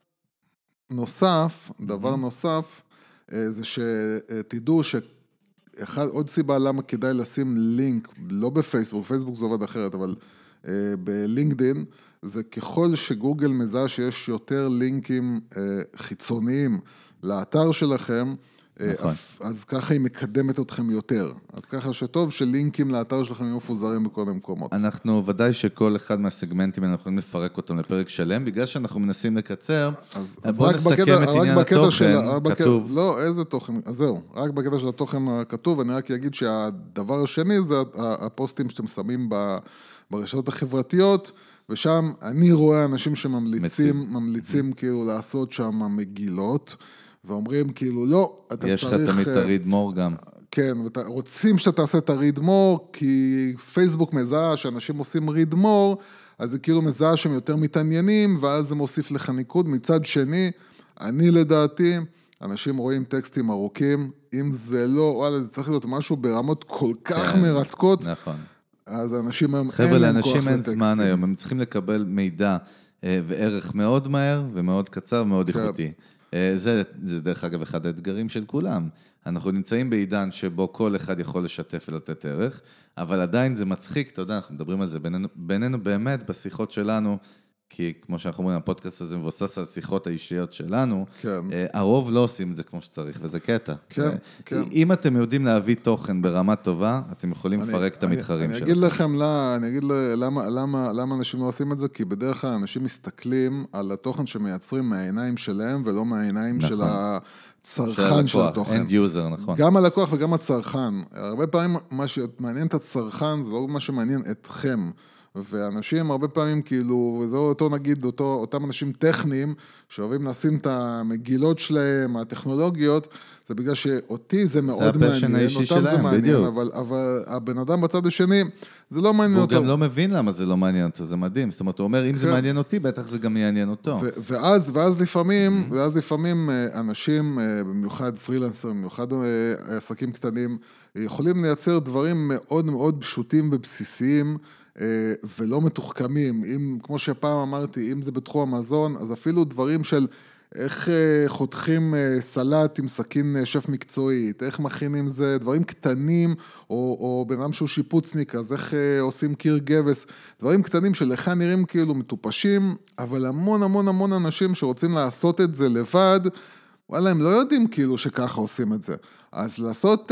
נוסף, דבר נוסף, זה שתדעו שאחד, עוד סיבה למה כדאי לשים לינק, לא בפייסבוק, פייסבוק זה עובד אחרת, אבל בלינקדין, זה ככל שגוגל מזהה שיש יותר לינקים חיצוניים לאתר שלכם, נכון. אז ככה היא מקדמת אתכם יותר. אז ככה שטוב שלינקים לאתר שלכם יהיו מפוזרים בכל המקומות. אנחנו ודאי שכל אחד מהסגמנטים אנחנו יכולים לפרק אותם לפרק שלם, בגלל שאנחנו מנסים לקצר, אז, אז בואו נסכם בקטע, את עניין התוכן, של, כתוב. בקטע, לא, איזה תוכן, אז זהו, רק בקטע של התוכן הכתוב, אני רק אגיד שהדבר השני זה הפוסטים שאתם שמים ברשתות החברתיות, ושם אני רואה אנשים שממליצים, ממליצים כאילו לעשות שם מגילות, ואומרים כאילו לא, אתה יש צריך... יש לך תמיד את הריד מור גם. כן, רוצים שאתה תעשה את הריד מור, כי פייסבוק מזהה שאנשים עושים ריד מור, אז זה כאילו מזהה שהם יותר מתעניינים, ואז זה מוסיף לך ניקוד. מצד שני, אני לדעתי, אנשים רואים טקסטים ארוכים, אם זה לא, וואלה, זה צריך להיות משהו ברמות כל כך כן, מרתקות, נכון. אז אנשים היום חבר'ה, לאנשים אין זמן היום, הם צריכים לקבל מידע וערך מאוד מהר, ומאוד קצר ומאוד כן. איכותי. זה, זה דרך אגב אחד האתגרים של כולם. אנחנו נמצאים בעידן שבו כל אחד יכול לשתף ולתת ערך, אבל עדיין זה מצחיק, אתה יודע, אנחנו מדברים על זה בינינו, בינינו באמת בשיחות שלנו, כי כמו שאנחנו אומרים, הפודקאסט הזה מבוסס על שיחות האישיות שלנו, כן. הרוב לא עושים את זה כמו שצריך, וזה קטע. כן, כן. אם אתם יודעים להביא תוכן ברמה טובה, אתם יכולים אני, לפרק את המתחרים אני, שלכם. אני אגיד לכם, לא, אני אגיד למה, למה, למה אנשים לא עושים את זה, כי בדרך כלל אנשים מסתכלים על התוכן שמייצרים מהעיניים שלהם, ולא מהעיניים נכון. של הצרכן של התוכן. end user, נכון. גם הלקוח וגם הצרכן. הרבה פעמים מה שמעניין את הצרכן, זה לא מה שמעניין אתכם. ואנשים הרבה פעמים כאילו, וזה אותו נגיד, אותו, אותם אנשים טכניים, שאוהבים לשים את המגילות שלהם, הטכנולוגיות, זה בגלל שאותי זה מאוד זה מעניין, אותם שלהם, זה מעניין, בדיוק. אבל, אבל הבן אדם בצד השני, זה לא מעניין הוא אותו. הוא גם לא מבין למה זה לא מעניין אותו, זה מדהים, זאת אומרת, הוא אומר, אם כן. זה מעניין אותי, בטח זה גם יעניין אותו. ו- ואז, ואז לפעמים, mm-hmm. ואז לפעמים אנשים, במיוחד פרילנסר, במיוחד עסקים קטנים, יכולים לייצר דברים מאוד מאוד פשוטים ובסיסיים, ולא מתוחכמים, אם, כמו שפעם אמרתי, אם זה בתחום המזון, אז אפילו דברים של איך חותכים סלט עם סכין שף מקצועית, איך מכינים זה, דברים קטנים, או, או בן אדם שהוא שיפוצניק, אז איך עושים קיר גבס, דברים קטנים שלך נראים כאילו מטופשים, אבל המון המון המון אנשים שרוצים לעשות את זה לבד, וואלה, הם לא יודעים כאילו שככה עושים את זה. אז לעשות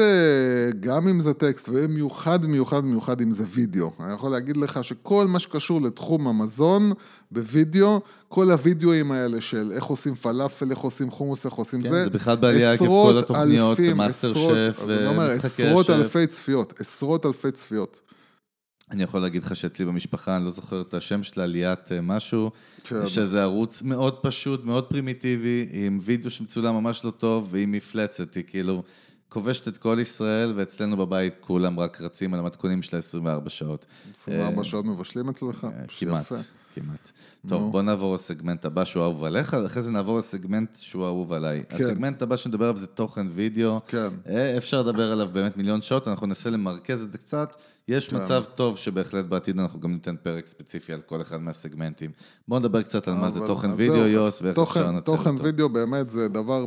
גם אם זה טקסט, ומיוחד, מיוחד, מיוחד אם זה וידאו. אני יכול להגיד לך שכל מה שקשור לתחום המזון בווידאו, כל הווידאוים האלה של איך עושים פלאפל, איך עושים חומוס, איך עושים כן, זה. זה בכלל בעלייה עקב כל התוכניות, מאסטר שף ומשחקי השף. עשרות אלפי צפיות, עשרות אלפי צפיות. אני יכול להגיד לך שאצלי במשפחה, אני לא זוכר את השם שלה, ליאת משהו, שזה ערוץ מאוד פשוט, מאוד פרימיטיבי, עם וידאו שמצולם ממש לא טוב, ועם מפלצת, היא כאילו כובשת את כל ישראל, ואצלנו בבית כולם רק רצים על המתכונים של עשרים וארבע שעות. עשרים וארבע שעות מבשלים אצלך? כמעט, כמעט. טוב, בוא נעבור לסגמנט הבא שהוא אהוב עליך, אחרי זה נעבור לסגמנט שהוא אהוב עליי. הסגמנט הבא שנדבר עליו זה תוכן וידאו. אפשר לדבר עליו באמת מיליון שעות, אנחנו ננסה למרכז את זה קצת. יש מצב טוב שבהחלט בעתיד אנחנו גם ניתן פרק ספציפי על כל אחד מהסגמנטים. בואו נדבר קצת על מה זה תוכן וידאו, יוס, ואיך אפשר לנצל אותו. תוכן וידאו באמת זה דבר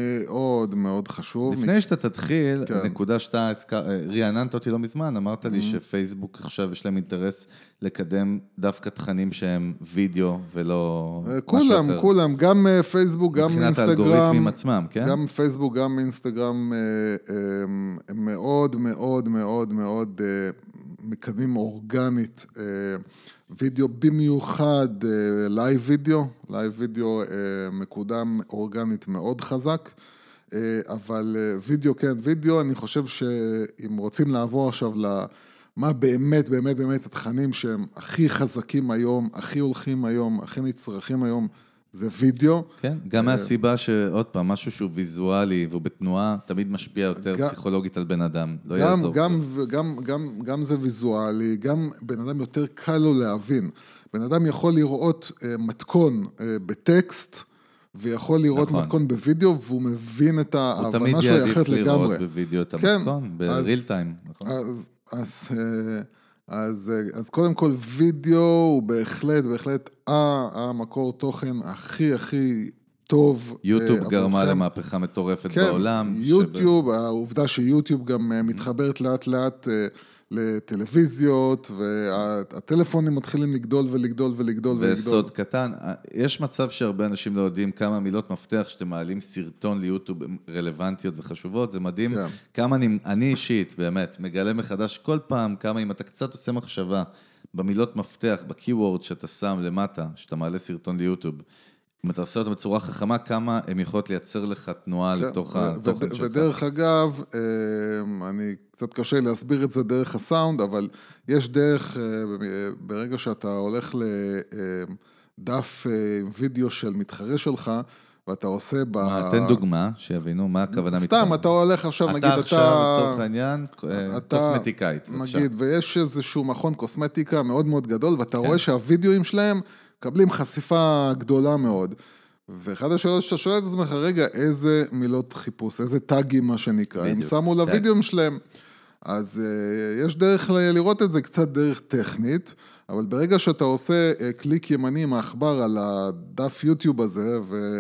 מאוד מאוד חשוב. לפני שאתה תתחיל, נקודה שאתה רעננת אותי לא מזמן, אמרת לי שפייסבוק עכשיו יש להם אינטרס לקדם דווקא תכנים שהם וידאו ולא משהו אחר. כולם, כולם, גם פייסבוק, גם אינסטגרם. מבחינת האלגוריתמים עצמם, כן? גם פייסבוק, גם אינסטגרם, הם מאוד מאוד מאוד מאוד מקדמים אורגנית, וידאו במיוחד, לייב וידאו, לייב וידאו מקודם אורגנית מאוד חזק, אבל וידאו כן, וידאו, אני חושב שאם רוצים לעבור עכשיו למה באמת, באמת, באמת התכנים שהם הכי חזקים היום, הכי הולכים היום, הכי נצרכים היום, זה וידאו. כן, גם מהסיבה שעוד פעם, משהו שהוא ויזואלי והוא בתנועה, תמיד משפיע יותר גם, פסיכולוגית על בן אדם, לא גם, יעזור. גם, גם, גם, גם זה ויזואלי, גם בן אדם יותר קל לו להבין. בן אדם יכול לראות uh, מתכון uh, בטקסט, ויכול לראות נכון. מתכון בווידאו, והוא מבין את ההבנה שלו אחרת לגמרי. הוא תמיד יעדיף לראות בווידאו את המתכון, כן, בריל טיים. נכון. אז, אז, uh, אז, אז קודם כל וידאו הוא בהחלט, בהחלט המקור תוכן הכי הכי טוב. יוטיוב גרמה למהפכה מטורפת כן, בעולם. יוטיוב, שב... העובדה שיוטיוב גם מתחברת לאט לאט לטלוויזיות, והטלפונים מתחילים לגדול ולגדול ולגדול ולגדול. וסוד קטן, יש מצב שהרבה אנשים לא יודעים כמה מילות מפתח שאתם מעלים סרטון ליוטיוב רלוונטיות וחשובות, זה מדהים. כן. כמה אני, אני אישית, באמת, מגלה מחדש כל פעם, כמה אם אתה קצת עושה מחשבה במילות מפתח, בקיוורד שאתה שם למטה, שאתה מעלה סרטון ליוטיוב, אם אתה עושה אותו בצורה חכמה, כמה הם יכולות לייצר לך תנועה כן, לתוך התוכן שלך. ודרך אגב, אני קצת קשה להסביר את זה דרך הסאונד, אבל יש דרך, ברגע שאתה הולך לדף וידאו של מתחרה שלך, ואתה עושה ב... מה, תן דוגמה, שיבינו מה הכוונה מתחרה. סתם, אתה הולך עכשיו, נגיד, אתה... אתה עכשיו, לצורך העניין, קוסמטיקאית. נגיד, ויש איזשהו מכון קוסמטיקה מאוד מאוד גדול, ואתה רואה שהווידאוים שלהם, מקבלים חשיפה גדולה מאוד, ואחד השאלות שאתה שואל את עצמך, רגע, איזה מילות חיפוש, איזה טאגים מה שנקרא, הם שמו לוידאוים שלהם, אז uh, יש דרך לראות את זה קצת דרך טכנית, אבל ברגע שאתה עושה uh, קליק ימני מעכבר על הדף יוטיוב הזה,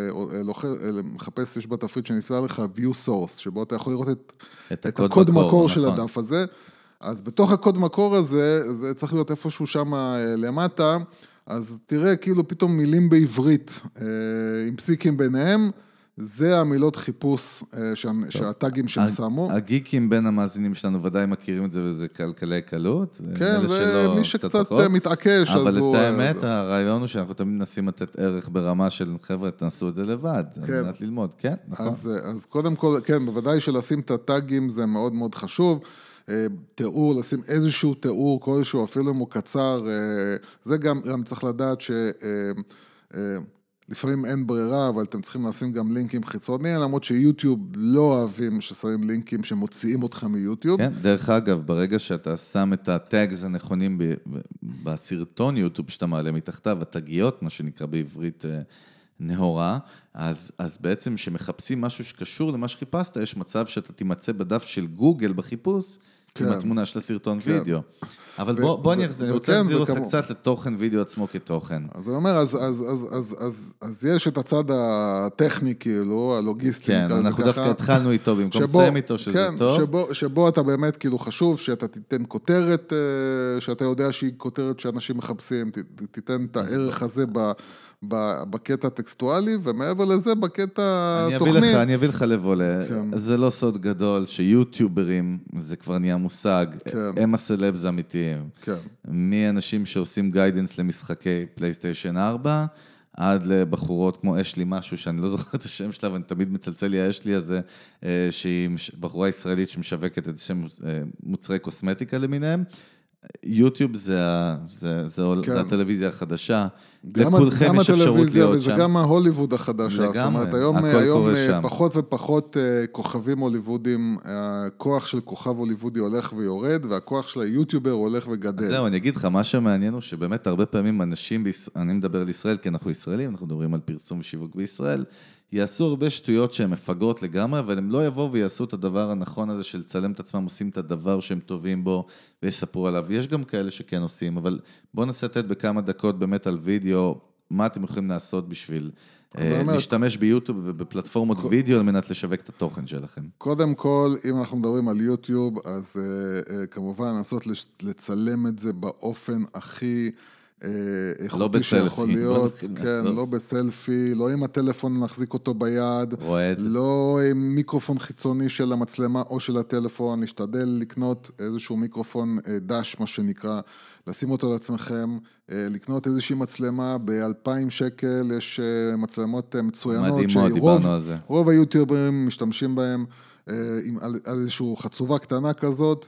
ומחפש, יש בתפריט שנפלא לך view source, שבו אתה יכול לראות את, את, את הקוד מקור, מקור של נכון. הדף הזה, אז בתוך הקוד מקור הזה, זה צריך להיות איפשהו שם uh, למטה, אז תראה כאילו פתאום מילים בעברית, עם פסיקים ביניהם, זה המילות חיפוש שהטאגים שהם שמו. הגיקים בין המאזינים שלנו ודאי מכירים את זה, וזה קלקלי קלות. כן, ומי שקצת מתעקש, אבל את האמת, הרעיון הוא שאנחנו תמיד מנסים לתת ערך ברמה של חבר'ה, תנסו את זה לבד, על מנת ללמוד, כן, נכון. אז קודם כל, כן, בוודאי שלשים את הטאגים זה מאוד מאוד חשוב, תיאור, לשים איזשהו תיאור, כלשהו, אפילו אם הוא קצר, זה גם, גם צריך לדעת שלפעמים אין ברירה, אבל אתם צריכים לשים גם לינקים חיצוניים, למרות שיוטיוב לא אוהבים ששמים לינקים שמוציאים אותך מיוטיוב. כן, דרך אגב, ברגע שאתה שם את הטאגס הנכונים בסרטון יוטיוב שאתה מעלה מתחתיו, התגיות, מה שנקרא בעברית נהורה, אז, אז בעצם שמחפשים משהו שקשור למה שחיפשת, יש מצב שאתה תימצא בדף של גוגל בחיפוש, כן. עם התמונה של הסרטון כן. וידאו. אבל ו- בוא, בוא ו- אני, ו- אני רוצה להחזיר אותך וכמו... קצת לתוכן וידאו עצמו כתוכן. אז אני אומר, אז, אז, אז, אז, אז, אז יש את הצד הטכני, כאילו, הלוגיסטי. כן, אנחנו דווקא התחלנו איתו, במקום לסיים איתו, שזה כן, טוב. שבו, שבו אתה באמת, כאילו, חשוב שאתה תיתן כותרת, שאתה יודע שהיא כותרת שאנשים מחפשים, תיתן את הערך הזה ב... בקטע הטקסטואלי, ומעבר לזה, בקטע תוכני. אני אביא לך לבולה, זה לא סוד גדול, שיוטיוברים, זה כבר נהיה מושג, הם הסלבס האמיתיים. מאנשים שעושים גיידנס למשחקי פלייסטיישן ארבע, עד לבחורות כמו אשלי משהו, שאני לא זוכר את השם שלה, ואני תמיד מצלצל לי האשלי הזה, שהיא בחורה ישראלית שמשווקת את שם מוצרי קוסמטיקה למיניהם, יוטיוב זה, זה, זה, כן. זה הטלוויזיה החדשה, גם, לכולכם גם יש אפשרות להיות שם. וזה גם ההוליווד החדשה, לגמרי, זאת אומרת, היום, היום פחות ופחות כוכבים הוליוודים, הכוח של כוכב הוליוודי הולך ויורד, והכוח של היוטיובר הולך וגדל. זהו, אני אגיד לך, מה שמעניין הוא שבאמת הרבה פעמים אנשים, אני מדבר על ישראל, כי אנחנו ישראלים, אנחנו מדברים על פרסום ושיווק בישראל, יעשו הרבה שטויות שהן מפגרות לגמרי, אבל הם לא יבואו ויעשו את הדבר הנכון הזה של צלם את עצמם, עושים את הדבר שהם טובים בו ויספרו עליו. יש גם כאלה שכן עושים, אבל בואו נסתת בכמה דקות באמת על וידאו, מה אתם יכולים לעשות בשביל להשתמש ביוטיוב ובפלטפורמות וידאו על מנת לשווק את התוכן שלכם. קודם כל, אם אנחנו מדברים על יוטיוב, אז כמובן לנסות לצלם את זה באופן הכי... איכותי שיכול להיות, כן, לא בסלפי, לא עם הטלפון נחזיק אותו ביד, לא עם מיקרופון חיצוני של המצלמה או של הטלפון, להשתדל לקנות איזשהו מיקרופון דש, מה שנקרא, לשים אותו לעצמכם, לקנות איזושהי מצלמה ב-אלפיים שקל, יש מצלמות מצוינות, שרוב היוטיוברים משתמשים בהם, על איזשהו חצובה קטנה כזאת,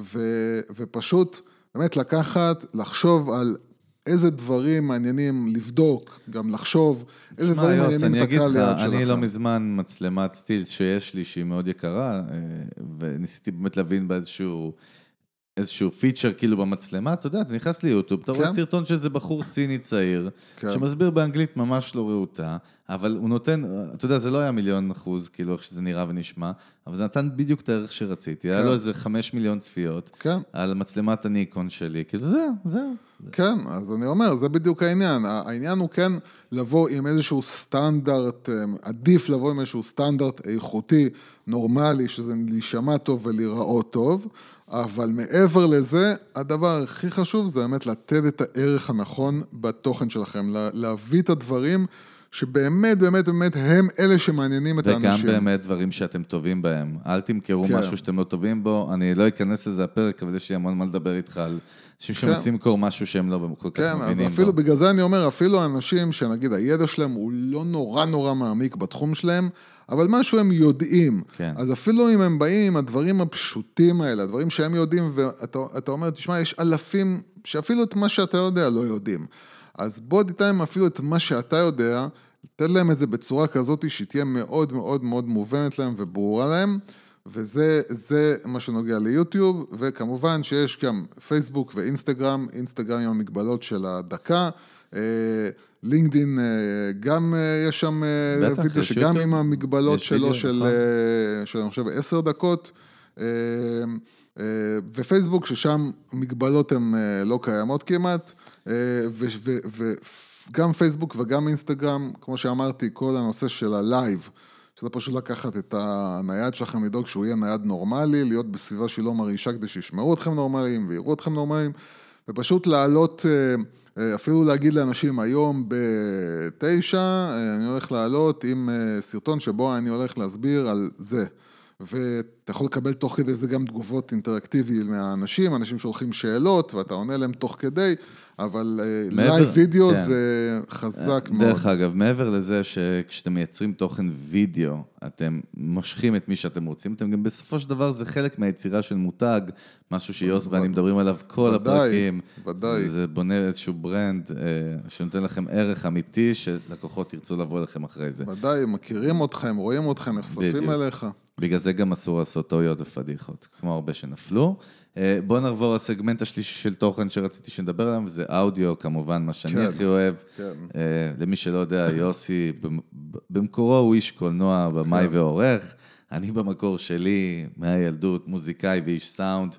ופשוט באמת לקחת, לחשוב על איזה דברים מעניינים לבדוק, גם לחשוב, איזה דברים מעניינים את הקהל ליד שלכם. אני לא מזמן מצלמת סטילס שיש לי, שהיא מאוד יקרה, וניסיתי באמת להבין באיזשהו איזשהו פיצ'ר כאילו במצלמה, אתה יודע, אתה נכנס ליוטיוב, אתה רואה סרטון שזה בחור סיני צעיר, שמסביר באנגלית ממש לא רעותה, אבל הוא נותן, אתה יודע, זה לא היה מיליון אחוז, כאילו איך שזה נראה ונשמע, אבל זה נתן בדיוק את הערך שרציתי, היה לו איזה חמש מיליון צפיות, על מצלמת הניקון שלי, כאילו זהו, זהו. כן, אז אני אומר, זה בדיוק העניין, העניין הוא כן לבוא עם איזשהו סטנדרט, עדיף לבוא עם איזשהו סטנדרט איכותי, נורמלי, שזה להישמע טוב ולהיראות טוב, אבל מעבר לזה, הדבר הכי חשוב זה באמת לתת את הערך הנכון בתוכן שלכם, להביא את הדברים שבאמת, באמת, באמת הם אלה שמעניינים את האנשים. וגם באמת דברים שאתם טובים בהם. אל תמכרו כן. משהו שאתם לא טובים בו, אני לא אכנס לזה הפרק, אבל יש לי המון מה לדבר איתך על אנשים כן. שמנסים לקרוא משהו שהם לא כל כך כן, מבינים אז אפילו, בו. בגלל זה אני אומר, אפילו אנשים שנגיד הידע שלהם הוא לא נורא נורא מעמיק בתחום שלהם, אבל משהו הם יודעים. כן. אז אפילו אם הם באים, הדברים הפשוטים האלה, הדברים שהם יודעים, ואתה אתה אומר, תשמע, יש אלפים שאפילו את מה שאתה יודע לא יודעים. אז בוא תיתן אפילו את מה שאתה יודע, תן להם את זה בצורה כזאת שתהיה מאוד מאוד מאוד מובנת להם וברורה להם, וזה זה מה שנוגע ליוטיוב, וכמובן שיש גם פייסבוק ואינסטגרם, אינסטגרם עם המגבלות של הדקה, לינקדין גם יש שם וידאו שגם עם המגבלות שלו של, של אני חושב עשר דקות, ופייסבוק ששם מגבלות הן לא קיימות כמעט, וגם פייסבוק וגם אינסטגרם, כמו שאמרתי, כל הנושא של הלייב, שזה פשוט לקחת את הנייד שלכם, לדאוג שהוא יהיה נייד נורמלי, להיות בסביבה שהיא לא מרעישה כדי שישמעו אתכם נורמליים ויראו אתכם נורמליים, ופשוט לעלות, אפילו להגיד לאנשים היום בתשע, אני הולך לעלות עם סרטון שבו אני הולך להסביר על זה, ואתה יכול לקבל תוך כדי זה גם תגובות אינטראקטיביות מהאנשים, אנשים שולחים שאלות ואתה עונה להם תוך כדי, אבל לייב וידאו זה חזק מאוד. דרך אגב, מעבר לזה שכשאתם מייצרים תוכן וידאו, אתם מושכים את מי שאתם רוצים, אתם גם בסופו של דבר זה חלק מהיצירה של מותג, משהו שיוס ואני מדברים עליו כל הפרקים, זה בונה איזשהו ברנד שנותן לכם ערך אמיתי, שלקוחות ירצו לבוא אליכם אחרי זה. ודאי, מכירים אתכם, רואים אתכם, נחשפים אליך. בגלל זה גם אסור לעשות טעויות ופדיחות, כמו הרבה שנפלו. בואו נעבור לסגמנט השלישי של תוכן שרציתי שנדבר עליו, וזה אודיו, כמובן, מה שאני הכי אוהב. למי שלא יודע, יוסי, במקורו הוא איש קולנוע, במאי ועורך. אני במקור שלי, מהילדות, מוזיקאי ואיש סאונד.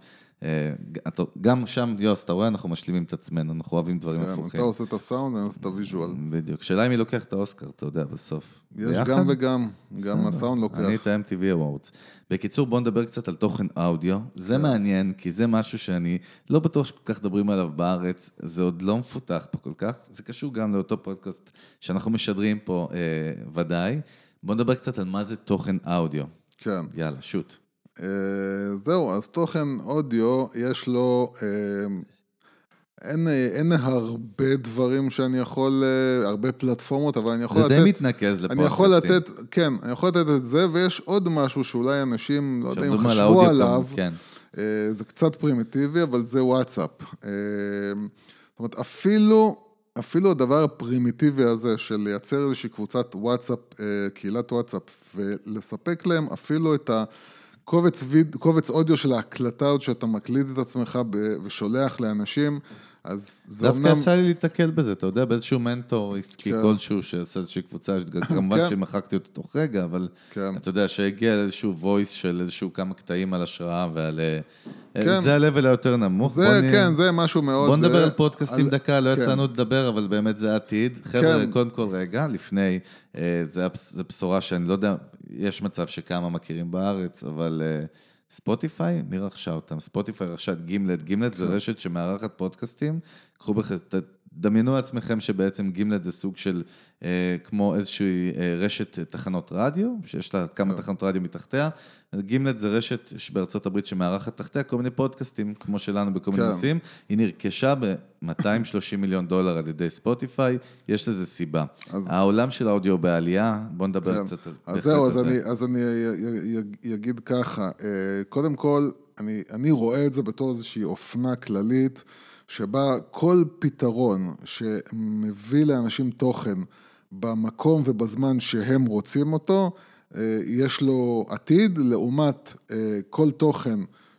גם שם, יוס, אתה רואה, אנחנו משלימים את עצמנו, אנחנו אוהבים דברים הפוכים. אתה עושה את הסאונד, אני עושה את הוויז'ואל. בדיוק. שאלה אם היא לוקח את האוסקר, אתה יודע, בסוף. יש גם וגם, גם הסאונד לוקח. אני את ה-אם טי וי Awards. בקיצור, בואו נדבר קצת על תוכן אודיו. זה מעניין, כי זה משהו שאני לא בטוח שכל כך מדברים עליו בארץ, זה עוד לא מפותח פה כל כך. זה קשור גם לאותו פודקאסט שאנחנו משדרים פה ודאי. בואו נדבר קצת על מה זה תוכן אודיו. כן. יאללה, שוט. זהו, אז תוכן אודיו, יש לו, אין, אין הרבה דברים שאני יכול, הרבה פלטפורמות, אבל אני יכול לתת... זה די מתנקז לפודקאסטים. אני יכול לתת, כן, אני יכול לתת את זה, ויש עוד משהו שאולי אנשים, לא יודע אם חשבו עליו, כן. זה קצת פרימיטיבי, אבל זה וואטסאפ. זאת אומרת, אפילו, אפילו הדבר הפרימיטיבי הזה, של לייצר איזושהי קבוצת וואטסאפ, קהילת וואטסאפ, ולספק להם אפילו את ה... קובץ, ויד, קובץ אודיו של ההקלטה עוד שאתה מקליט את עצמך ושולח לאנשים, אז זה דווקא אומנם... יצא לי להתקל בזה, אתה יודע, באיזשהו מנטור עסקי כן. כלשהו שעשה איזושהי קבוצה, כמובן כן. שמחקתי אותו תוך רגע, אבל כן. אתה יודע, שהגיע לאיזשהו וויס של איזשהו כמה קטעים על השראה ועל... כן. זה הלבל היותר נמוך. זה, נ... כן, זה משהו מאוד... בוא נדבר על פודקאסטים על... דקה, לא כן. יצאנו לדבר, אבל באמת זה עתיד. חבר'ה, כן. קודם כל רגע, לפני, זה, זה בשורה שאני לא יודע, יש מצב שכמה מכירים בארץ, אבל ספוטיפיי, מי רכשה אותם? ספוטיפיי רכשה את גימלט. גימלט זה רשת שמארחת פודקאסטים. קחו בכלל, דמיינו לעצמכם שבעצם גימלט זה סוג של, כמו איזושהי רשת תחנות רדיו, שיש לה כמה תחנות רדיו מתחתיה. גימלט זה רשת בארצות הברית שמארחת תחתיה כל מיני פודקאסטים, כמו שלנו בכל מיני נושאים. היא נרכשה ב-מאתיים ושלושים מיליון דולר על ידי ספוטיפיי, יש לזה סיבה. העולם של האודיו בעלייה, בוא נדבר קצת על זה. אז אני אגיד ככה, קודם כל, אני רואה את זה בתור איזושהי אופנה כללית, שבה כל פתרון שמביא לאנשים תוכן במקום ובזמן שהם רוצים אותו, יש לו עתיד, לעומת כל תוכן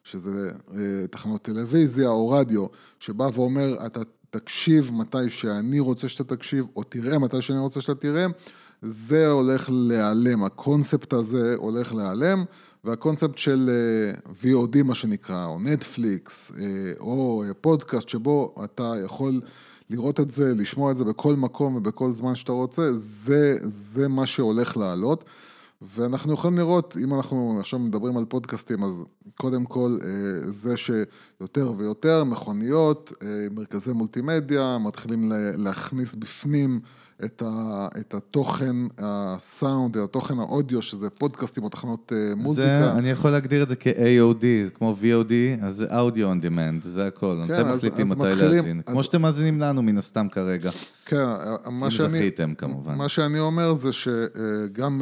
שזה תחנות טלוויזיה או רדיו, שבא ואומר, אתה תקשיב מתי שאני רוצה שאתה תקשיב, או תראה מתי שאני רוצה שאתה תראה, זה הולך להיעלם, הקונספט הזה הולך להיעלם, והקונספט של וי או די, מה שנקרא, או נטפליקס, או פודקאסט, שבו אתה יכול לראות את זה, לשמוע את זה בכל מקום ובכל זמן שאתה רוצה, זה, זה מה שהולך לעלות, ואנחנו יכולים לראות, אם אנחנו עכשיו מדברים על פודקאסטים, אז קודם כל זה שיותר ויותר מכוניות, מרכזי מולטימדיה, מתחילים להכניס בפנים את, ה, את התוכן, הסאונד, התוכן האודיו, שזה פודקאסטים או תחנות מוזיקה. זה, אני יכול להגדיר את זה כ-איי או די, זה כמו וי או די, אז זה Audio on Demand, זה הכל. כן, אתם מחליטים מתי להזין. כמו שאתם מאזינים לנו מן הסתם כרגע. כן, מה שאני, זכיתם כמובן. מה שאני אומר זה שגם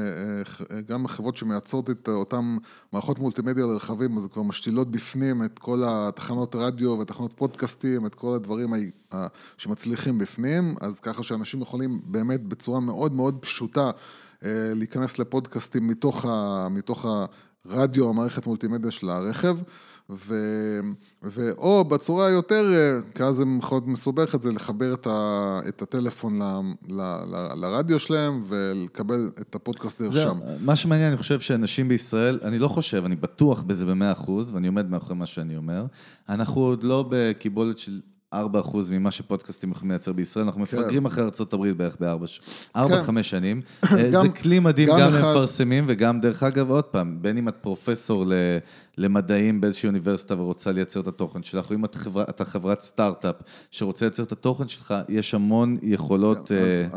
גם החברות שמייצרות את אותם מערכות מולטימדיה לרכבים, אז כבר משתילות בפנים את כל התחנות רדיו ותחנות פודקאסטים, את כל הדברים שמצליחים בפנים, אז ככה שאנשים יכולים באמת בצורה מאוד מאוד פשוטה להיכנס לפודקאסטים מתוך, ה, מתוך הרדיו, המערכת מולטימדיה של הרכב, ו, ו, או בצורה יותר, כאז זה מאוד מסובך את זה, לחבר את, ה, את הטלפון ל, ל, ל, לרדיו שלהם, ולקבל את הפודקאסט דרך שם. מה שמעניין, אני חושב שאנשים בישראל, אני לא חושב, אני בטוח בזה במאה אחוז, ואני עומד מאחורי מה שאני אומר, אנחנו עוד לא בקיבולת של ארבעה אחוז ממה שפודקאסטים יכולים לייצר בישראל, אנחנו מפגרים אחרי ארצות הברית בערך בארבע, חמש שנים. זה כלי מדהים גם למפרסמים, וגם דרך אגב, עוד פעם, בין אם את פרופסור למדעים באיזושהי אוניברסיטה ורוצה לייצר את התוכן שלך, או אם אתה חברת סטארט-אפ שרוצה לייצר את התוכן שלך, יש המון יכולות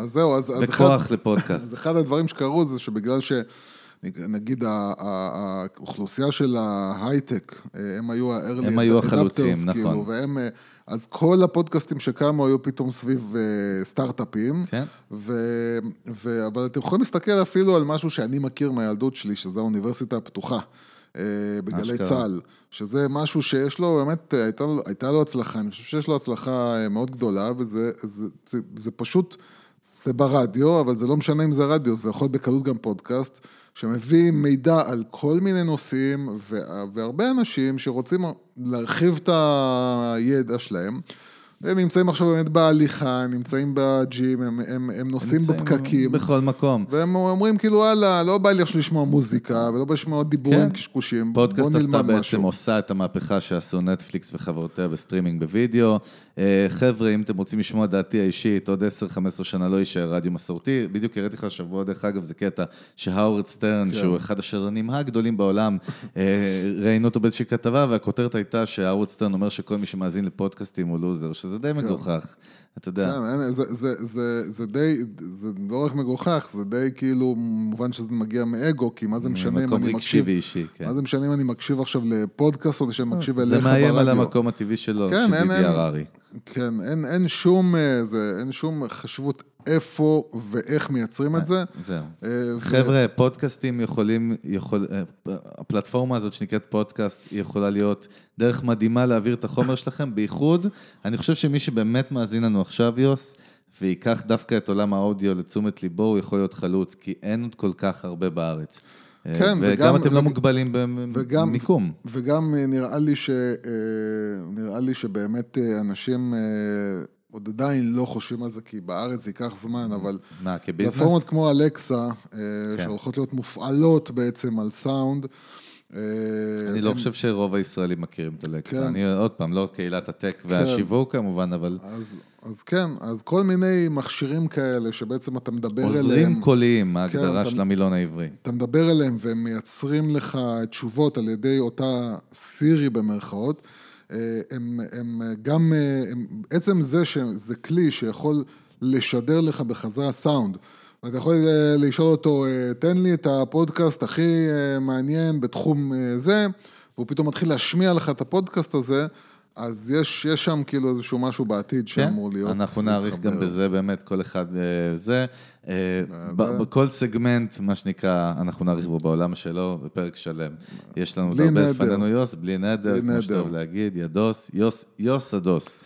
וכוח לפודקאסט. אז אחד הדברים שקרו זה שבגלל ש... נגיד האוכלוסייה של ההייטק, הם היו ה-early הם היו החלוצים, נכון. והם, אז כל הפודקאסטים שקמו היו פתאום סביב סטארט-אפים, כן. ו, ו, אבל אתם יכולים להסתכל אפילו על משהו שאני מכיר מהילדות שלי, שזה האוניברסיטה הפתוחה, בגלי צהל, שזה משהו שיש לו, באמת, הייתה, הייתה לו הצלחה, אני חושב שיש לו הצלחה מאוד גדולה, וזה זה, זה, זה פשוט, זה ברדיו, אבל זה לא משנה אם זה רדיו, זה יכול בקלות גם פודקאסט, שמביא מידע על כל מיני נושאים, והרבה אנשים שרוצים להרחיב את הידע שלהם, ונמצאים עכשיו באמת בהליכה, נמצאים בג'ים, הם, הם, הם נוסעים בפקקים. בכל מקום. והם אומרים כאילו, וואלה, לא בא לי עכשיו לשמוע מוזיקה, ולא בא לשמוע דיבורים קשקושים. פודקאסט עשתה בעצם עושה את המהפכה שעשו נטפליקס וחברותיה וסטרימינג בווידאו. חבר'ה, אם אתם רוצים לשמוע דעתי האישית, עוד עשר חמש עשרה שנה לא יישאר רדיו מסורתי. בדיוק הראיתי לך השבוע, דרך אגב, זה קטע שהאוורד סטרן, שהוא אחד השדרנים הגדולים בעולם, ראינו אותו באיזושהי כתבה, והכותרת הייתה שהאוורד סטרן אומר שכל מי שמאזין לפודקאסטים הוא לוזר, שזה די מגוחך, אתה יודע. כן, זה, זה, זה, זה די, זה לא רק מגוחך, זה די כאילו, מובן שזה מגיע מאגו, כי מה זה משנה אם אני מקשיב, מה זה משנה אם אני מקשיב עכשיו לפודקאסט, או שאני מקשיב אליך ברדיו. זה מאיים על המקום הטבעי שלו, שדידי הררי. כן, אין, אין שום, זה, אין שום חשיבות איפה ואיך מייצרים את זה. זהו. חבר'ה, פודקאסטים יכולים, הפלטפורמה הזאת שנקראת פודקאסט, היא יכולה להיות דרך מדהימה להעביר את החומר שלכם, בייחוד, אני חושב שמי שבאמת מאזין לנו עכשיו, יוס, ויקח דווקא את עולם האודיו לתשומת ליבו, הוא יכול להיות חלוץ, כי אין עוד כל כך הרבה בארץ. כן, וגם אתם לא מוגבלים במיקום. וגם נראה לי ש, נראה לי שבאמת אנשים עוד עדיין לא חושבים על זה, כי בארץ זה ייקח זמן, אבל פלטפורמות כמו אלקסה, שהולכות להיות מופעלות בעצם על סאונד, אני לא חושב שרוב הישראלים מכירים את אלקסה, אני עוד פעם, לא קהילת הטק והשיווק כמובן, אבל... אז כן, אז כל מיני מכשירים כאלה שבעצם אתה מדבר אליהם. עוזרים קוליים, ההגדרה של המילון העברי. אתה מדבר אליהם והם מייצרים לך תשובות על ידי אותה סירי במרכאות, הם, הם גם, הם, עצם זה שזה כלי שיכול לשדר לך בחזרה סאונד, ואתה יכול לשאול אותו, תן לי את הפודקאסט הכי מעניין בתחום זה, והוא פתאום מתחיל להשמיע לך את הפודקאסט הזה, אז יש, יש שם כאילו איזשהו משהו בעתיד שאמור להיות. אנחנו נעריך גם בזה באמת, כל אחד זה. בכל סגמנט, מה שנקרא, אנחנו נעריך בו בעולם שלו, בפרק שלם. יש לנו הרבה לפנינו יוס, בלי נדר, כמו שאתה אוהב להגיד, ידוס, יוס הדוס.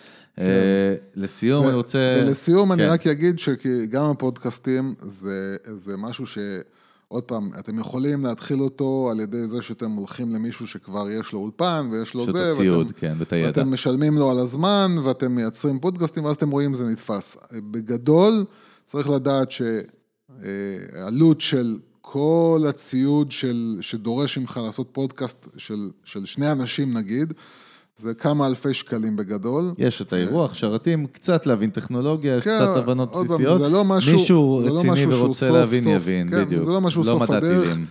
לסיום אני רוצה... ולסיום אני רק אגיד שגם הפודקאסטים זה משהו ש... עוד פעם, אתם יכולים להתחיל אותו על ידי זה שאתם הולכים למישהו שכבר יש לו אולפן ויש לו זה, הציוד, ואתם, כן, ואת הידע. ואתם משלמים לו על הזמן, ואתם מייצרים פודקאסטים, ואז אתם רואים זה נתפס. בגדול, צריך לדעת שעלות של כל הציוד של, שדורש ממך לעשות פודקאסט של, של שני אנשים נגיד, זה כמה אלפי שקלים בגדול. יש את האירוח, שרתים, קצת להבין טכנולוגיה, יש כן, קצת הבנות בסיסיות. זה לא משהו, מישהו זה לא רציני משהו ורוצה סוף, להבין סוף, יבין, כן, בדיוק. זה לא משהו לא סוף הדרך. טילים.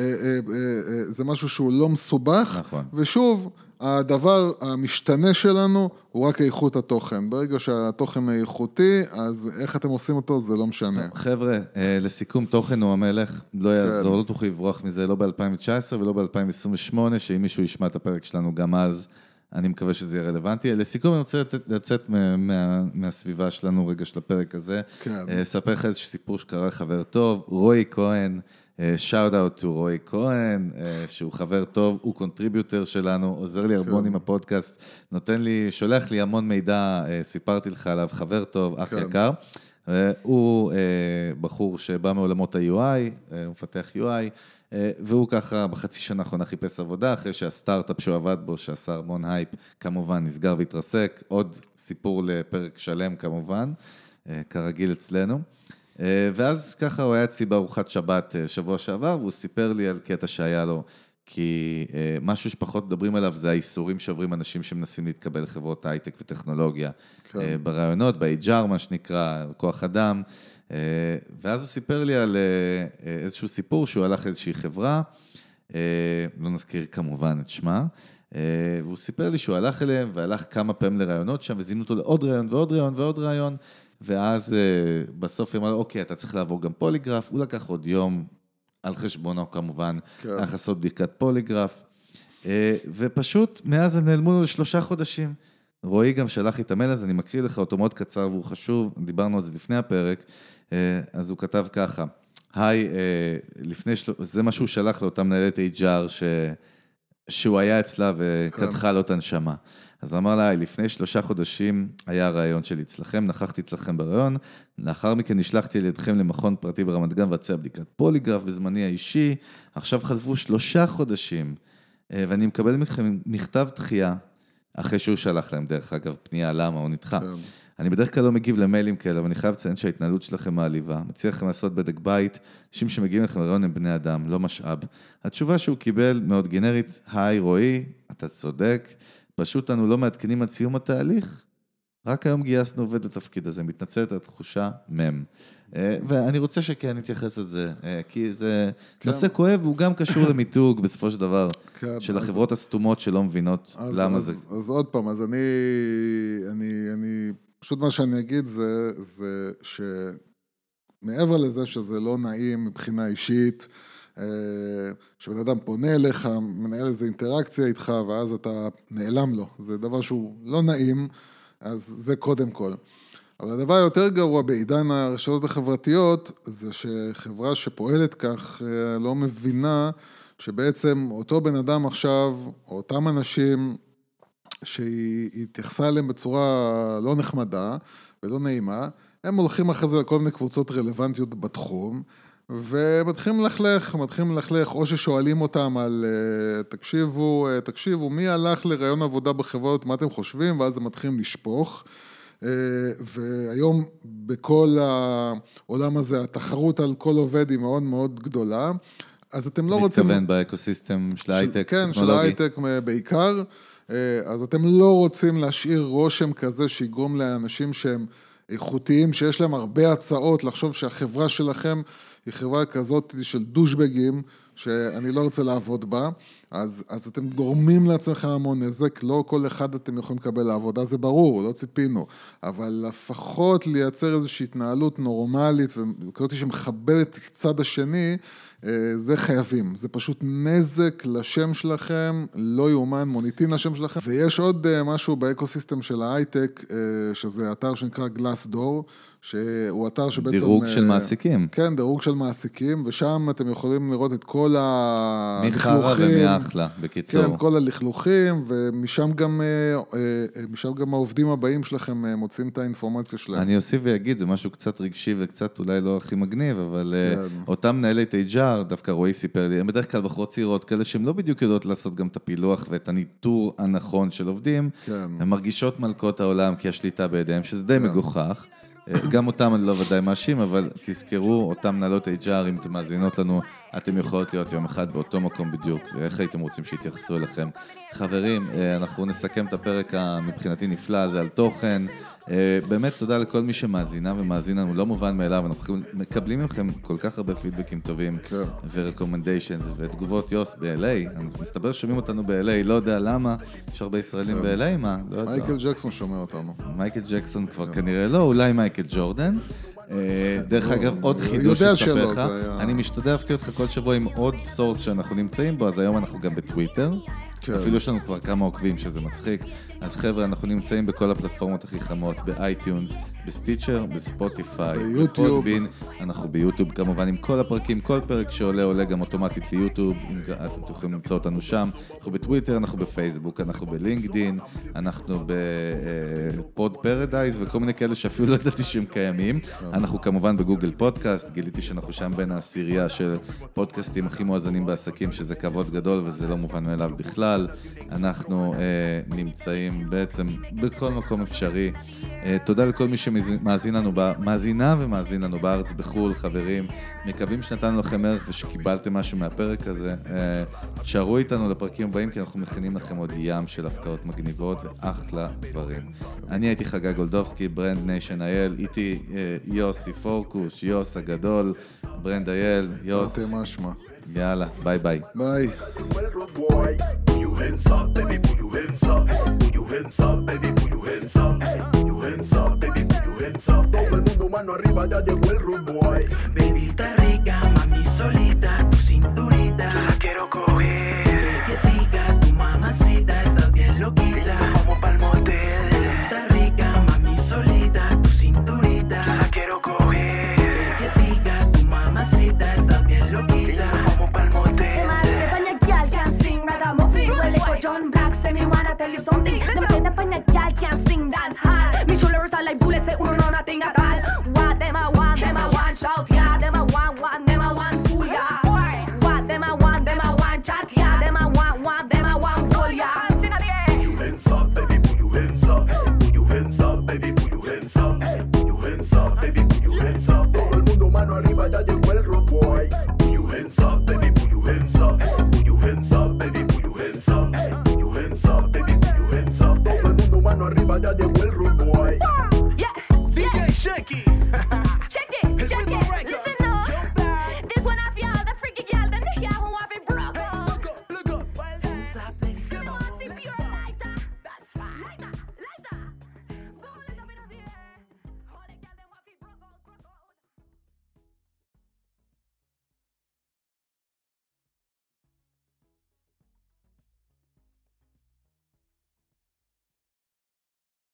זה משהו שהוא לא מסובך, נכון. ושוב, הדבר המשתנה שלנו הוא רק איכות התוכן. ברגע שהתוכן איכותי, אז איך אתם עושים אותו, זה לא משנה. חבר'ה, לסיכום, תוכן הוא המלך, לא יעזור, לא תוכלי לברוח מזה, לא ב-אלפיים תשע עשרה ולא ב-אלפיים עשרים ושמונה, שאם מישהו ישמע את הפרק שלנו גם אז, אני מקווה שזה יהיה רלוונטי. לסיכום, אני רוצה לצאת מה, מהסביבה שלנו רגע של הפרק הזה. כן. אספר לך איזשהו סיפור שקרה לחבר טוב, רועי כהן, שאוט אאוט טו רועי כהן, שהוא חבר טוב, הוא קונטריביוטר שלנו, עוזר לי המון עם הפודקאסט, נותן לי, שולח לי המון מידע, סיפרתי לך עליו, חבר טוב, אח יקר. הוא בחור שבא מעולמות ה-יו איי, הוא מפתח יו איי, והוא ככה בחצי שנה האחרונה חיפש עבודה, אחרי שהסטארט-אפ שהוא עבד בו, שעשה המון הייפ, כמובן נסגר והתרסק, עוד סיפור לפרק שלם כמובן, כרגיל אצלנו. ואז ככה הוא היה אצלי בארוחת שבת שבוע שעבר, והוא סיפר לי על קטע שהיה לו, כי משהו שפחות מדברים עליו זה האיסורים שעוברים אנשים שמנסים להתקבל לחברות הייטק וטכנולוגיה, כן. ברעיונות, ב-אייץ' אר מה שנקרא, כוח אדם, ואז הוא סיפר לי על איזשהו סיפור שהוא הלך לאיזושהי חברה, לא נזכיר כמובן את שמה, והוא סיפר לי שהוא הלך אליהם והלך כמה פעמים לרעיונות שם, וזימנו אותו לעוד רעיון ועוד רעיון ועוד רעיון, ואז בסוף הוא אמר, אוקיי, אתה צריך לעבור גם פוליגרף, הוא לקח עוד יום על חשבונו כמובן, כן. הלך לעשות בדיקת פוליגרף, ופשוט מאז הם נעלמו לו לשלושה חודשים. רועי גם שלח לי את המייל הזה, אני מקריא לך אותו מאוד קצר והוא חשוב, דיברנו על זה לפני הפרק, אז הוא כתב ככה, היי, לפני של... זה מה שהוא שלח לאותה מנהלת אייץ' אר ש... שהוא היה אצלה וכתחה לו את הנשמה. אז אמר לה, לפני שלושה חודשים היה הרעיון שלי אצלכם, נכחתי אצלכם ברעיון, לאחר מכן נשלחתי לידכם למכון פרטי ברמת גן ועצה בדיקת פוליגרף בזמני האישי, עכשיו חלפו שלושה חודשים, ואני מקבל מכם מכתב דחייה, אחרי שהוא שלח להם דרך אגב פנייה, למה הוא נדחה. אני בדרך כלל לא מגיב למיילים כאלה, אבל אני חייב לציין שההתנהלות שלכם מעליבה. מציע לכם לעשות בדק בית, אנשים שמגיעים לכם לרעיון הם בני אדם, לא משאב. התשובה שהוא קיבל מאוד גנרית, היי רועי, אתה צודק, פשוט אנו לא מעדכנים עד סיום התהליך, רק היום גייסנו עובד לתפקיד הזה, מתנצלת על תחושה מם. ואני רוצה שכן נתייחס לזה, כי זה נושא כואב, והוא גם קשור למיתוג בסופו של דבר, של החברות הסתומות שלא מבינות למה זה. אז עוד פעם, אז אני, אני, פשוט מה שאני אגיד זה, זה שמעבר לזה שזה לא נעים מבחינה אישית, שבן אדם פונה אליך, מנהל איזו אינטראקציה איתך, ואז אתה נעלם לו. זה דבר שהוא לא נעים, אז זה קודם כל. אבל הדבר היותר גרוע בעידן הרשתות החברתיות, זה שחברה שפועלת כך לא מבינה שבעצם אותו בן אדם עכשיו, או אותם אנשים שהיא התייחסה אליהם בצורה לא נחמדה ולא נעימה, הם הולכים אחרי זה לכל מיני קבוצות רלוונטיות בתחום, ומתחילים ללכלך, מתחילים ללכלך, או ששואלים אותם על, תקשיבו, תקשיבו, מי הלך לרעיון עבודה בחברות, מה אתם חושבים? ואז הם מתחילים לשפוך, והיום בכל העולם הזה, התחרות על כל עובד היא מאוד מאוד גדולה, אז אתם לא רוצים... מתכוון באקוסיסטם של ההייטק, כן, של ההייטק בעיקר, אז אתם לא רוצים להשאיר רושם כזה שיגרום לאנשים שהם איכותיים, שיש להם הרבה הצעות, לחשוב שהחברה שלכם היא חברה כזאת של דושבגים, שאני לא רוצה לעבוד בה, אז, אז אתם גורמים לעצמכם המון נזק, לא כל אחד אתם יכולים לקבל לעבודה, זה ברור, לא ציפינו, אבל לפחות לייצר איזושהי התנהלות נורמלית, וכזאת שמכבדת את הצד השני, זה חייבים, זה פשוט נזק לשם שלכם, לא יאומן, מוניטין לשם שלכם, ויש עוד משהו באקוסיסטם של ההייטק, שזה אתר שנקרא Glassdoor, שהוא אתר שבעצם... דירוג של מעסיקים. כן, דירוג של מעסיקים, ושם אתם יכולים לראות את כל מחרה הלכלוכים. ומאחלה, בקיצור. כן, כל הלכלוכים, ומשם גם, משם גם העובדים הבאים שלכם מוצאים את האינפורמציה שלהם. אני אוסיף ויגיד, זה משהו קצת רגשי וקצת אולי לא הכי מגניב, אבל אותם מנהלי אייץ' אר, דווקא רועי סיפר לי, הם בדרך כלל בחורות צעירות כאלה שהם לא בדיוק יודעות לעשות גם את הפילוח ואת הניטור הנכון של עובדים, הן מרגישות מלכות העולם כי השליטה בידיהם, שזה די מגוחך. גם אותם אני לא ודאי מאשים, אבל תזכרו, אותם מנהלות אייץ' אר, אם אתם מאזינות לנו, אתם יכולות להיות יום אחד באותו מקום בדיוק, ואיך הייתם רוצים שיתייחסו אליכם. חברים, אנחנו נסכם את הפרק מבחינתי נפלא הזה על תוכן. באמת תודה לכל מי שמאזינה ומאזין לנו, לא מובן מאליו, אנחנו מקבלים מכם כל כך הרבה פידבקים טובים, ורקומנדיישנס ותגובות. יוס, ב-אל איי, מסתבר שומעים אותנו ב-אל איי, לא יודע למה, יש הרבה ישראלים ב-אל איי, מה? מייקל ג'קסון שומע אותנו. מייקל ג'קסון כבר כנראה לא, אולי מייקל ג'ורדן. דרך אגב, עוד חידוש שספר לך, אני משתדל להפתיע אותך כל שבוע עם עוד סורס שאנחנו נמצאים בו, אז היום אנחנו גם בטוויטר, אפילו יש לנו כבר כמה עוקבים שזה מצחיק. אז חבר'ה, אנחנו נמצאים בכל הפלטפורמות הכי חמות, באייטיונס, בסטיצ'ר, בספוטיפיי, בפודבין, אנחנו ביוטיוב כמובן עם כל הפרקים, כל פרק שעולה עולה גם אוטומטית ליוטיוב, אתם תוכלו למצוא אותנו שם, אנחנו בטוויטר, אנחנו בפייסבוק, אנחנו בלינקדין, אנחנו בפוד פרדייז וכל מיני כאלה שאפילו לא ידעתי שהם קיימים, אנחנו כמובן בגוגל פודקאסט, גיליתי שאנחנו שם בין העשירייה של פודקאסטים הכי מואזנים בעסקים, שזה כבוד גדול וזה לא מובן מאליו בכלל, אנחנו נמצאים בעצם בכל מקום אפשרי. תודה לכל מי שמאזין לנו, מאזינה ומאזין לנו בארץ, בחול, חברים. מקווים שנתנו לכם ערך ושקיבלתם משהו מהפרק הזה. תשארו איתנו לפרקים הבאים, כי אנחנו מכינים לכם עוד ים של הפתעות מגניבות ואחלה דברים. אני הייתי חגה גולדובסקי, ברנד ניישן אייל, איתי יוסי פורקוש, יוס הגדול, ברנד אייל, יוס. תרתי משמע. יאללה, ביי ביי. ביי. Hands up, baby, put your hands up. Put your hands up, baby, put your hands up. Put your hands up, baby, put your hands up. Todo el mundo mano arriba, ya llegó el rude boy. Baby, está rica, mami solita.